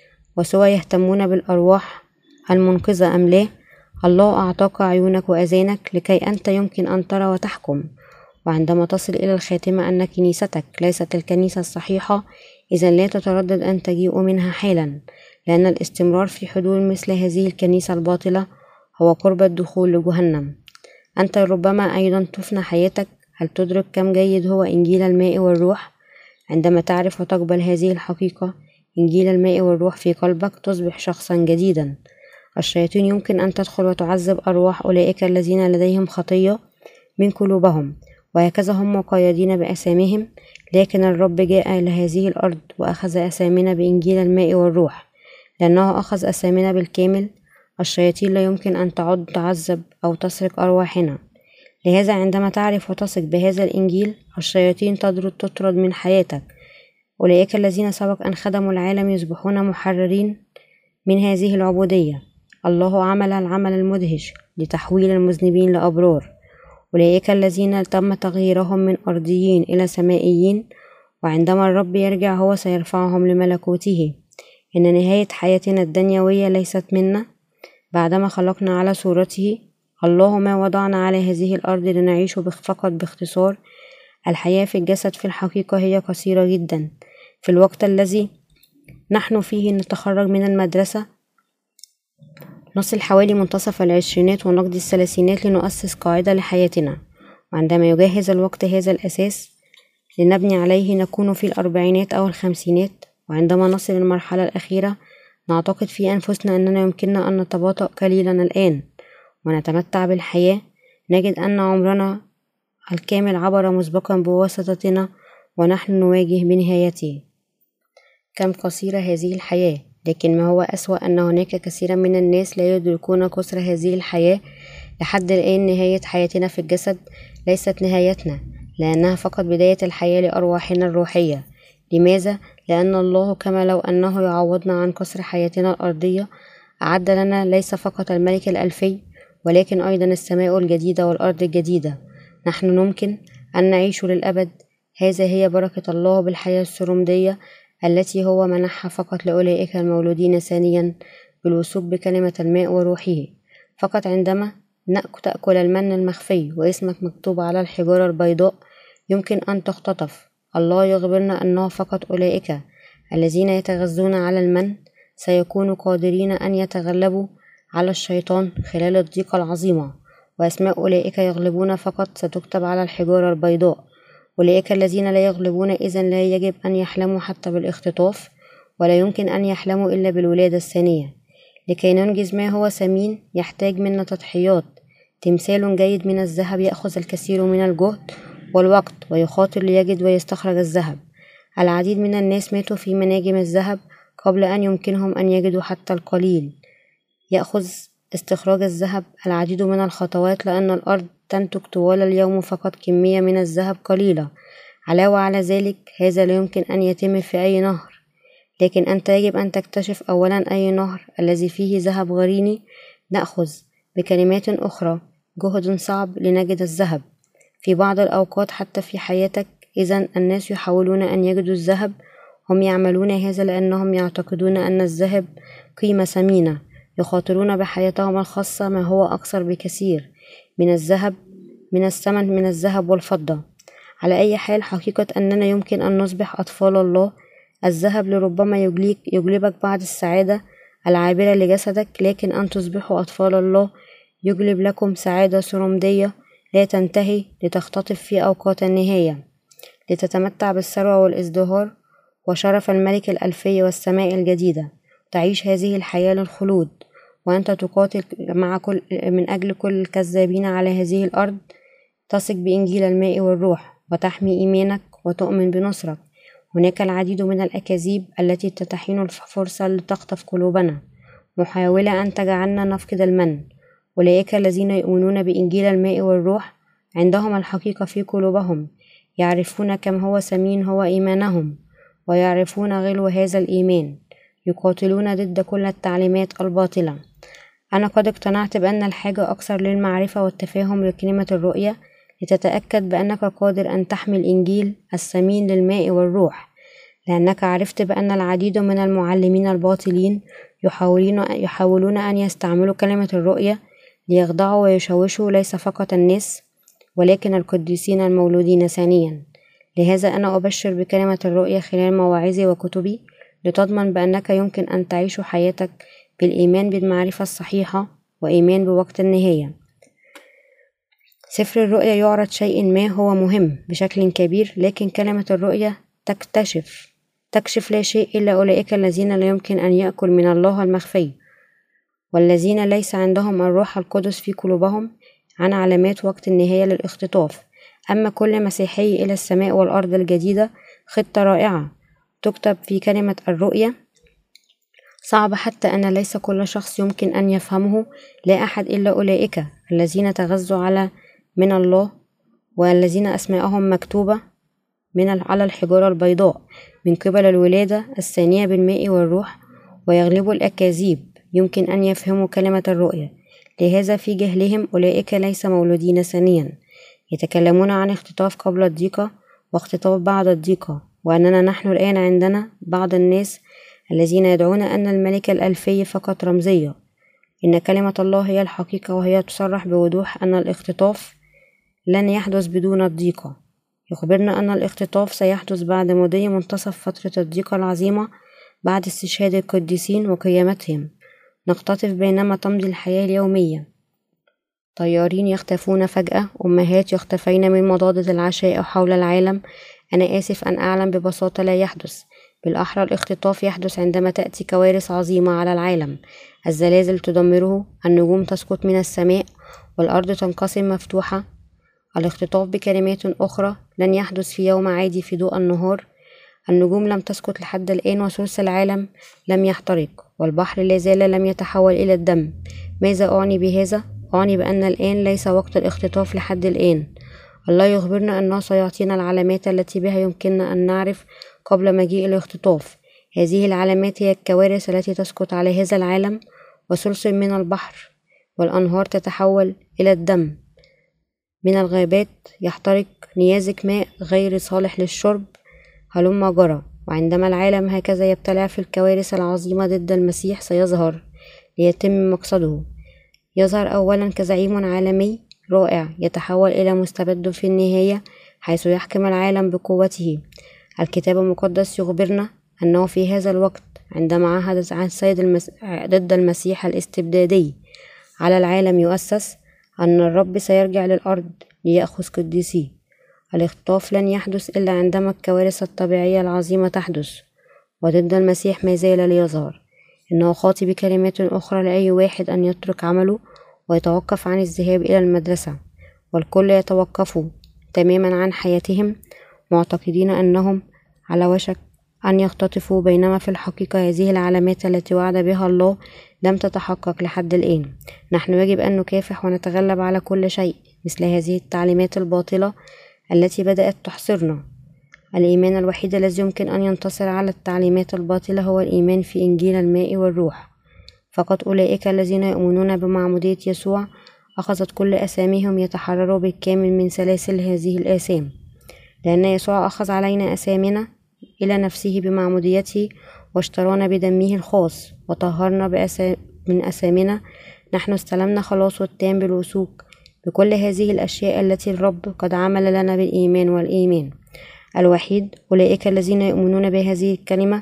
وسوى يهتمون بالأرواح المنقذة أم لا. الله أعطاك عيونك وأذانك لكي أنت يمكن أن ترى وتحكم. وعندما تصل إلى الخاتمة أن كنيستك ليست الكنيسة الصحيحة، إذا لا تتردد أن تجيء منها حالا، لأن الاستمرار في حضور مثل هذه الكنيسة الباطلة هو قرب الدخول لجهنم. أنت ربما أيضا تفنى حياتك. هل تدرك كم جيد هو إنجيل الماء والروح؟ عندما تعرف وتقبل هذه الحقيقة، إنجيل الماء والروح في قلبك، تصبح شخصا جديدا. الشياطين يمكن أن تدخل وتعذب أرواح أولئك الذين لديهم خطية من قلوبهم، وهكذا هم مقيدين بأسامهم. لكن الرب جاء إلى هذه الأرض وأخذ أسامنا بإنجيل الماء والروح، لأنه أخذ أسامنا بالكامل. الشياطين لا يمكن أن تعد تعذب أو تسرق أرواحنا. لهذا عندما تعرف وتثق بهذا الإنجيل، الشياطين تطرد تطرد من حياتك. أولئك الذين سبق أن خدموا العالم يصبحون محررين من هذه العبودية. الله عمل العمل المدهش لتحويل المذنبين لأبرار. أولئك الذين تم تغييرهم من أرضيين إلى سمائيين، وعندما الرب يرجع هو سيرفعهم لملكوته. إن نهاية حياتنا الدنيوية ليست منا. بعدما خلقنا على صورته، الله ما وضعنا على هذه الأرض لنعيش فقط. باختصار، الحياة في الجسد في الحقيقة هي قصيرة جدا. في الوقت الذي نحن فيه نتخرج من المدرسة، نصل حوالي منتصف العشرينات ونقضي الثلاثينات لنؤسس قاعدة لحياتنا. وعندما يجهز الوقت هذا الأساس لنبني عليه، نكون في الأربعينات أو الخمسينات. وعندما نصل المرحلة الأخيرة، نعتقد في أنفسنا أننا يمكننا أن نتباطأ قليلا الآن ونتمتع بالحياة. نجد أن عمرنا الكامل عبر مسبقا بواسطتنا، ونحن نواجه بنهايته. كم قصيرة هذه الحياة! لكن ما هو أسوأ أن هناك كثيرا من الناس لا يدركون قصر هذه الحياة. لحد الآن نهاية حياتنا في الجسد ليست نهايتنا، لأنها فقط بداية الحياة لأرواحنا الروحية. لماذا؟ لأن الله كما لو أنه يعوضنا عن قصر حياتنا الأرضية أعد لنا ليس فقط الملك الألفي ولكن أيضا السماء الجديدة والأرض الجديدة، نحن ممكن أن نعيش للأبد. هذا هي بركة الله بالحياة السرمدية التي هو منحها فقط لأولئك المولودين ثانيا بالوثوق بكلمة الماء وروحه. فقط عندما تأكل المن المخفي واسمك مكتوب على الحجارة البيضاء يمكن أن تختطف. الله يخبرنا أنه فقط أولئك الذين يتغذون على المن سيكونوا قادرين أن يتغلبوا على الشيطان خلال الضيقة العظيمة، وأسماء أولئك يغلبون فقط ستكتب على الحجارة البيضاء. أولئك الذين لا يغلبون إذن لا يجب أن يحلموا حتى بالاختطاف، ولا يمكن أن يحلموا إلا بالولادة الثانية. لكي ننجز ما هو ثمين يحتاج منا تضحيات. تمثال جيد من الذهب يأخذ الكثير من الجهد والوقت ويخاطر ليجد ويستخرج الذهب. العديد من الناس ماتوا في مناجم الذهب قبل أن يمكنهم أن يجدوا حتى القليل. يأخذ استخراج الذهب العديد من الخطوات لأن الأرض تنتج طوال اليوم فقط كمية من الذهب قليلة. علاوة على ذلك هذا لا يمكن أن يتم في أي نهر، لكن أنت يجب أن تكتشف أولا أي نهر الذي فيه ذهب غريني. نأخذ بكلمات أخرى جهد صعب لنجد الذهب في بعض الأوقات حتى في حياتك. إذن الناس يحاولون أن يجدوا الذهب، هم يعملون هذا لأنهم يعتقدون أن الذهب قيمة ثمينة. يخاطرون بحياتهم الخاصة ما هو أكثر بكثير من الذهب من الثمن من الذهب والفضة. على أي حال حقيقة أننا يمكن أن نصبح أطفال الله. الذهب لربما يجليك يجلبك بعض السعادة العابرة لجسدك، لكن أن تصبحوا أطفال الله يجلب لكم سعادة سرمدية لا تنتهي لتختطف في أوقات النهاية، لتتمتع بالثروة والازدهار وشرف الملك الألفي والسماء الجديدة. تعيش هذه الحياة للخلود وأنت تقاتل مع كل من أجل كل الكذابين على هذه الأرض. تثق بإنجيل الماء والروح وتحمي إيمانك وتؤمن بنصرك. هناك العديد من الأكاذيب التي تتحين الفرصة لتخطف قلوبنا محاولة أن تجعلنا نفقد المن. أولئك الذين يؤمنون بإنجيل الماء والروح عندهم الحقيقة في قلوبهم، يعرفون كم هو ثمين هو إيمانهم ويعرفون غلو هذا الإيمان. يقاتلون ضد كل التعليمات الباطلة. أنا قد اقتنعت بأن الحاجة أكثر للمعرفة والتفاهم لكلمة الرؤية لتتأكد بأنك قادر أن تحمل إنجيل الثمين للماء والروح، لأنك عرفت بأن العديد من المعلمين الباطلين يحاولون يحاولون أن يستعملوا كلمة الرؤية ليخدعوا ويشوشوا ليس فقط الناس ولكن القديسين المولودين ثانيا. لهذا أنا أبشر بكلمة الرؤية خلال مواعظي وكتبي لتضمن بأنك يمكن أن تعيش حياتك بالإيمان بالمعرفة الصحيحة وإيمان بوقت النهاية. سفر الرؤيا يعرض شيء ما هو مهم بشكل كبير، لكن كلمة الرؤيا تكتشف تكشف لا شيء إلا أولئك الذين لا يمكن أن يأكل من الله المخفي والذين ليس عندهم الروح القدس في قلوبهم عن علامات وقت النهاية للاختطاف. أما كل مسيحي إلى السماء والأرض الجديدة خطة رائعة تكتب في كلمة الرؤيا، صعب حتى أن ليس كل شخص يمكن أن يفهمه، لا أحد إلا أولئك الذين تغذوا على من الله والذين أسماءهم مكتوبة من على الحجارة البيضاء من قبل الولادة الثانية بالماء والروح ويغلبوا الأكاذيب. يمكن أن يفهموا كلمة الرؤيا، لهذا في جهلهم أولئك ليس مولودين ثانيا يتكلمون عن اختطاف قبل الضيقة واختطاف بعد الضيقة، وأننا نحن الآن عندنا بعض الناس الذين يدعون أن الملك الألفي فقط رمزية. إن كلمة الله هي الحقيقة، وهي تصرح بوضوح أن الاختطاف لن يحدث بدون الضيقة. يخبرنا أن الاختطاف سيحدث بعد مضي منتصف فترة الضيقة العظيمة بعد استشهاد القديسين وقيامتهم. نختطف بينما تمضي الحياة اليومية. طيارين يختفون فجأة، أمهات يختفين من مضادة العشاء حول العالم. أنا آسف أن أعلم ببساطة لا يحدث. بالأحرى الاختطاف يحدث عندما تأتي كوارث عظيمة على العالم، الزلازل تدمره، النجوم تسقط من السماء، والأرض تنقسم مفتوحة. الاختطاف بكلمات أخرى لن يحدث في يوم عادي في ضوء النهار. النجوم لم تسقط لحد الآن، وثلث العالم لم يحترق، والبحر لا زال لم يتحول إلى الدم. ماذا أعني بهذا؟ أعني بأن الآن ليس وقت الاختطاف لحد الآن. الله يخبرنا أنه سيعطينا العلامات التي بها يمكننا أن نعرف قبل مجيء الاختطاف. هذه العلامات هي الكوارث التي تسقط على هذا العالم وثلث من البحر، والأنهار تتحول إلى الدم. من الغابات يحترق نيازك ماء غير صالح للشرب. هلما جرى. وعندما العالم هكذا يبتلع في الكوارث العظيمة ضد المسيح سيظهر ليتم مقصده. يظهر أولا كزعيم عالمي رائع يتحول إلى مستبد في النهاية، حيث يحكم العالم بقوته. الكتاب المقدس يخبرنا أنه في هذا الوقت عندما عهد عن سيد المس... ضد المسيح الاستبدادي على العالم يؤسس، أن الرب سيرجع للأرض ليأخذ قديسيه. الاختطاف لن يحدث إلا عندما الكوارث الطبيعية العظيمة تحدث، وضد المسيح ما زال ليظهر. إنه خاطي بكلمات أخرى لأي واحد أن يترك عمله ويتوقف عن الذهاب إلى المدرسة، والكل يتوقفوا تماما عن حياتهم، معتقدين أنهم على وشك أن يختطفوا، بينما في الحقيقة هذه العلامات التي وعد بها الله لم تتحقق لحد الآن. نحن يجب أن نكافح ونتغلب على كل شيء مثل هذه التعليمات الباطلة التي بدأت تحصرنا. الإيمان الوحيد الذي يمكن أن ينتصر على التعليمات الباطلة هو الإيمان في إنجيل الماء والروح. فقط أولئك الذين يؤمنون بمعمودية يسوع أخذت كل أساميهم يتحرروا بالكامل من سلاسل هذه الآثام، لأن يسوع أخذ علينا أسامنا إلى نفسه بمعموديته، واشترانا بدمه الخاص، وطهرنا بأسا... من أسامنا. نحن استلمنا خلاص التام بالوثوق بكل هذه الأشياء التي الرب قد عمل لنا بالإيمان والإيمان الوحيد. أولئك الذين يؤمنون بهذه الكلمة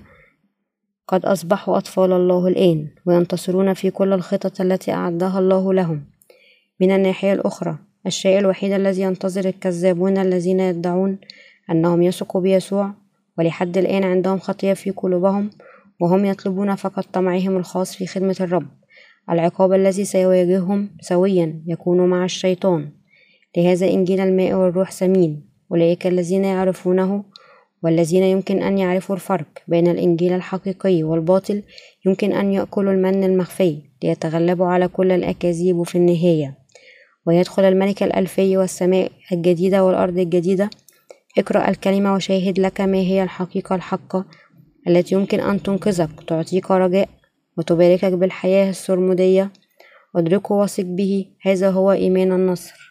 قد أصبحوا أطفال الله الآن، وينتصرون في كل الخطط التي أعدها الله لهم. من الناحية الأخرى، الشيء الوحيد الذي ينتظر الكذابون الذين يدعون أنهم يثقوا بيسوع ولحد الآن عندهم خطية في قلوبهم، وهم يطلبون فقط طمعهم الخاص في خدمة الرب، العقاب الذي سيواجههم سويا يكون مع الشيطان. لهذا إنجيل الماء والروح ثمين. أولئك الذين يعرفونه والذين يمكن أن يعرفوا الفرق بين الإنجيل الحقيقي والباطل يمكن أن يأكلوا المن المخفي ليتغلبوا على كل الأكاذيب في النهاية، ويدخل الملك الألفي والسماء الجديدة والأرض الجديدة. اقرأ الكلمة وشاهد لك ما هي الحقيقة الحقة التي يمكن أن تنقذك، تعطيك رجاء وتباركك بالحياة السرمدية. أدركه وثق به. هذا هو إيمان النصر.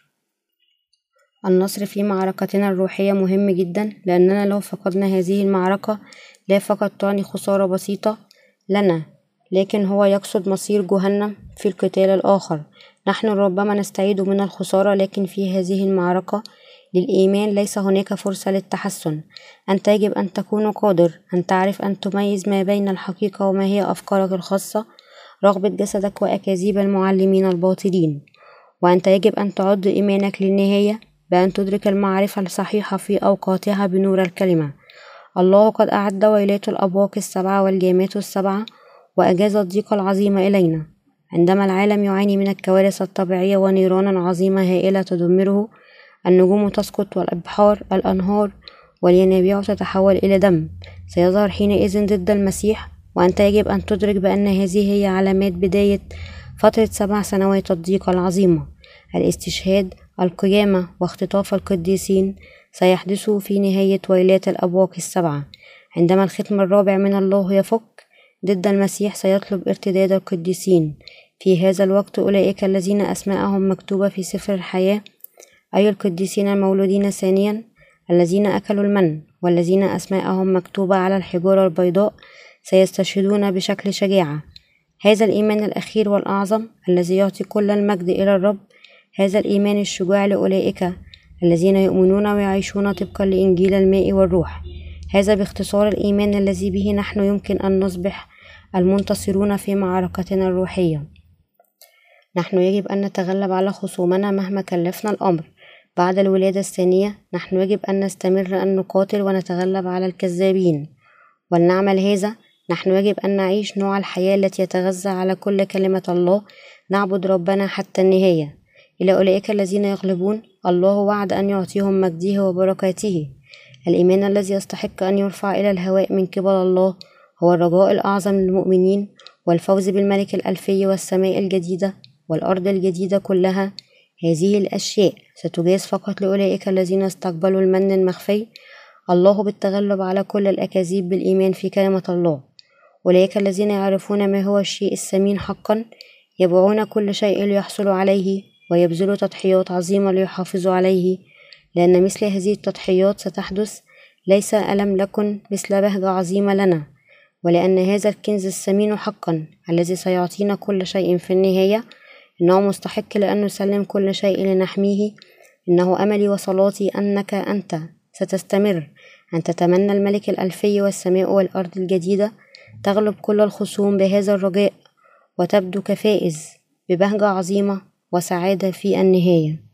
النصر في معركتنا الروحية مهم جدا، لأننا لو فقدنا هذه المعركة لا فقط تعني خسارة بسيطة لنا، لكن هو يقصد مصير جهنم في القتال الآخر. نحن ربما نستعيد من الخسارة، لكن في هذه المعركة للإيمان ليس هناك فرصة للتحسن. أنت يجب أن تكون قادر أن تعرف أن تميز ما بين الحقيقة وما هي أفكارك الخاصة، رغبة جسدك وأكاذيب المعلمين الباطلين. وأنت يجب أن تعد إيمانك للنهاية بأن تدرك المعرفة الصحيحة في أوقاتها بنور الكلمة. الله قد أعد ويلات الأبواق السبعة والجامات السبعة، وأجاز الضيقة العظيمة إلينا. عندما العالم يعاني من الكوارث الطبيعية ونيران عظيمة هائلة تدمره، النجوم تسقط والأبحار الأنهار والينابيع تتحول إلى دم، سيظهر حينئذ ضد المسيح. وأنت يجب أن تدرك بأن هذه هي علامات بداية فترة سبع سنوات الضيقة العظيمة. الاستشهاد، القيامة، واختطاف القديسين سيحدثوا في نهاية ويلات الأبواق السبعة. عندما الختم الرابع من الله يفك ضد المسيح سيطلب ارتداد القديسين. في هذا الوقت أولئك الذين أسماءهم مكتوبة في سفر الحياة، أي القديسين المولودين ثانيا الذين أكلوا المن والذين أسماءهم مكتوبة على الحجارة البيضاء، سيستشهدون بشكل شجاعة. هذا الإيمان الأخير والأعظم الذي يعطي كل المجد إلى الرب، هذا الإيمان الشجاع لأولئك الذين يؤمنون ويعيشون طبقا لإنجيل الماء والروح. هذا باختصار الإيمان الذي به نحن يمكن أن نصبح المنتصرون في معركتنا الروحية. نحن يجب أن نتغلب على خصومنا مهما كلفنا الأمر. بعد الولادة الثانية نحن يجب أن نستمر أن نقاتل ونتغلب على الكذابين. ولنعمل هذا نحن يجب أن نعيش نوع الحياة التي يتغذى على كل كلمة الله، نعبد ربنا حتى النهاية. إلى أولئك الذين يغلبون، الله وعد أن يعطيهم مجده وبركاته. الإيمان الذي يستحق أن يرفع إلى الهواء من قبل الله هو الرجاء الأعظم للمؤمنين، والفوز بالملك الألفي والسماء الجديدة والأرض الجديدة كلها. هذه الأشياء ستجاز فقط لأولئك الذين استقبلوا المن المخفي الله بالتغلب على كل الأكاذيب بالإيمان في كلمة الله. أولئك الذين يعرفون ما هو الشيء الثمين حقا يبيعون كل شيء ليحصلوا عليه ويبذلوا تضحيات عظيمة ليحافظوا عليه، لأن مثل هذه التضحيات ستحدث. ليس ألم لكن مثل بهجة عظيمة لنا، ولأن هذا الكنز الثمين حقا الذي سيعطينا كل شيء في النهاية إنه مستحق لأن نسلم كل شيء لنحميه. إنه أملي وصلاتي أنك أنت ستستمر أن تتمنى الملك الألفي والسماء والأرض الجديدة، تغلب كل الخصوم بهذا الرجاء وتبدو كفائز ببهجة عظيمة وسعادة في النهاية.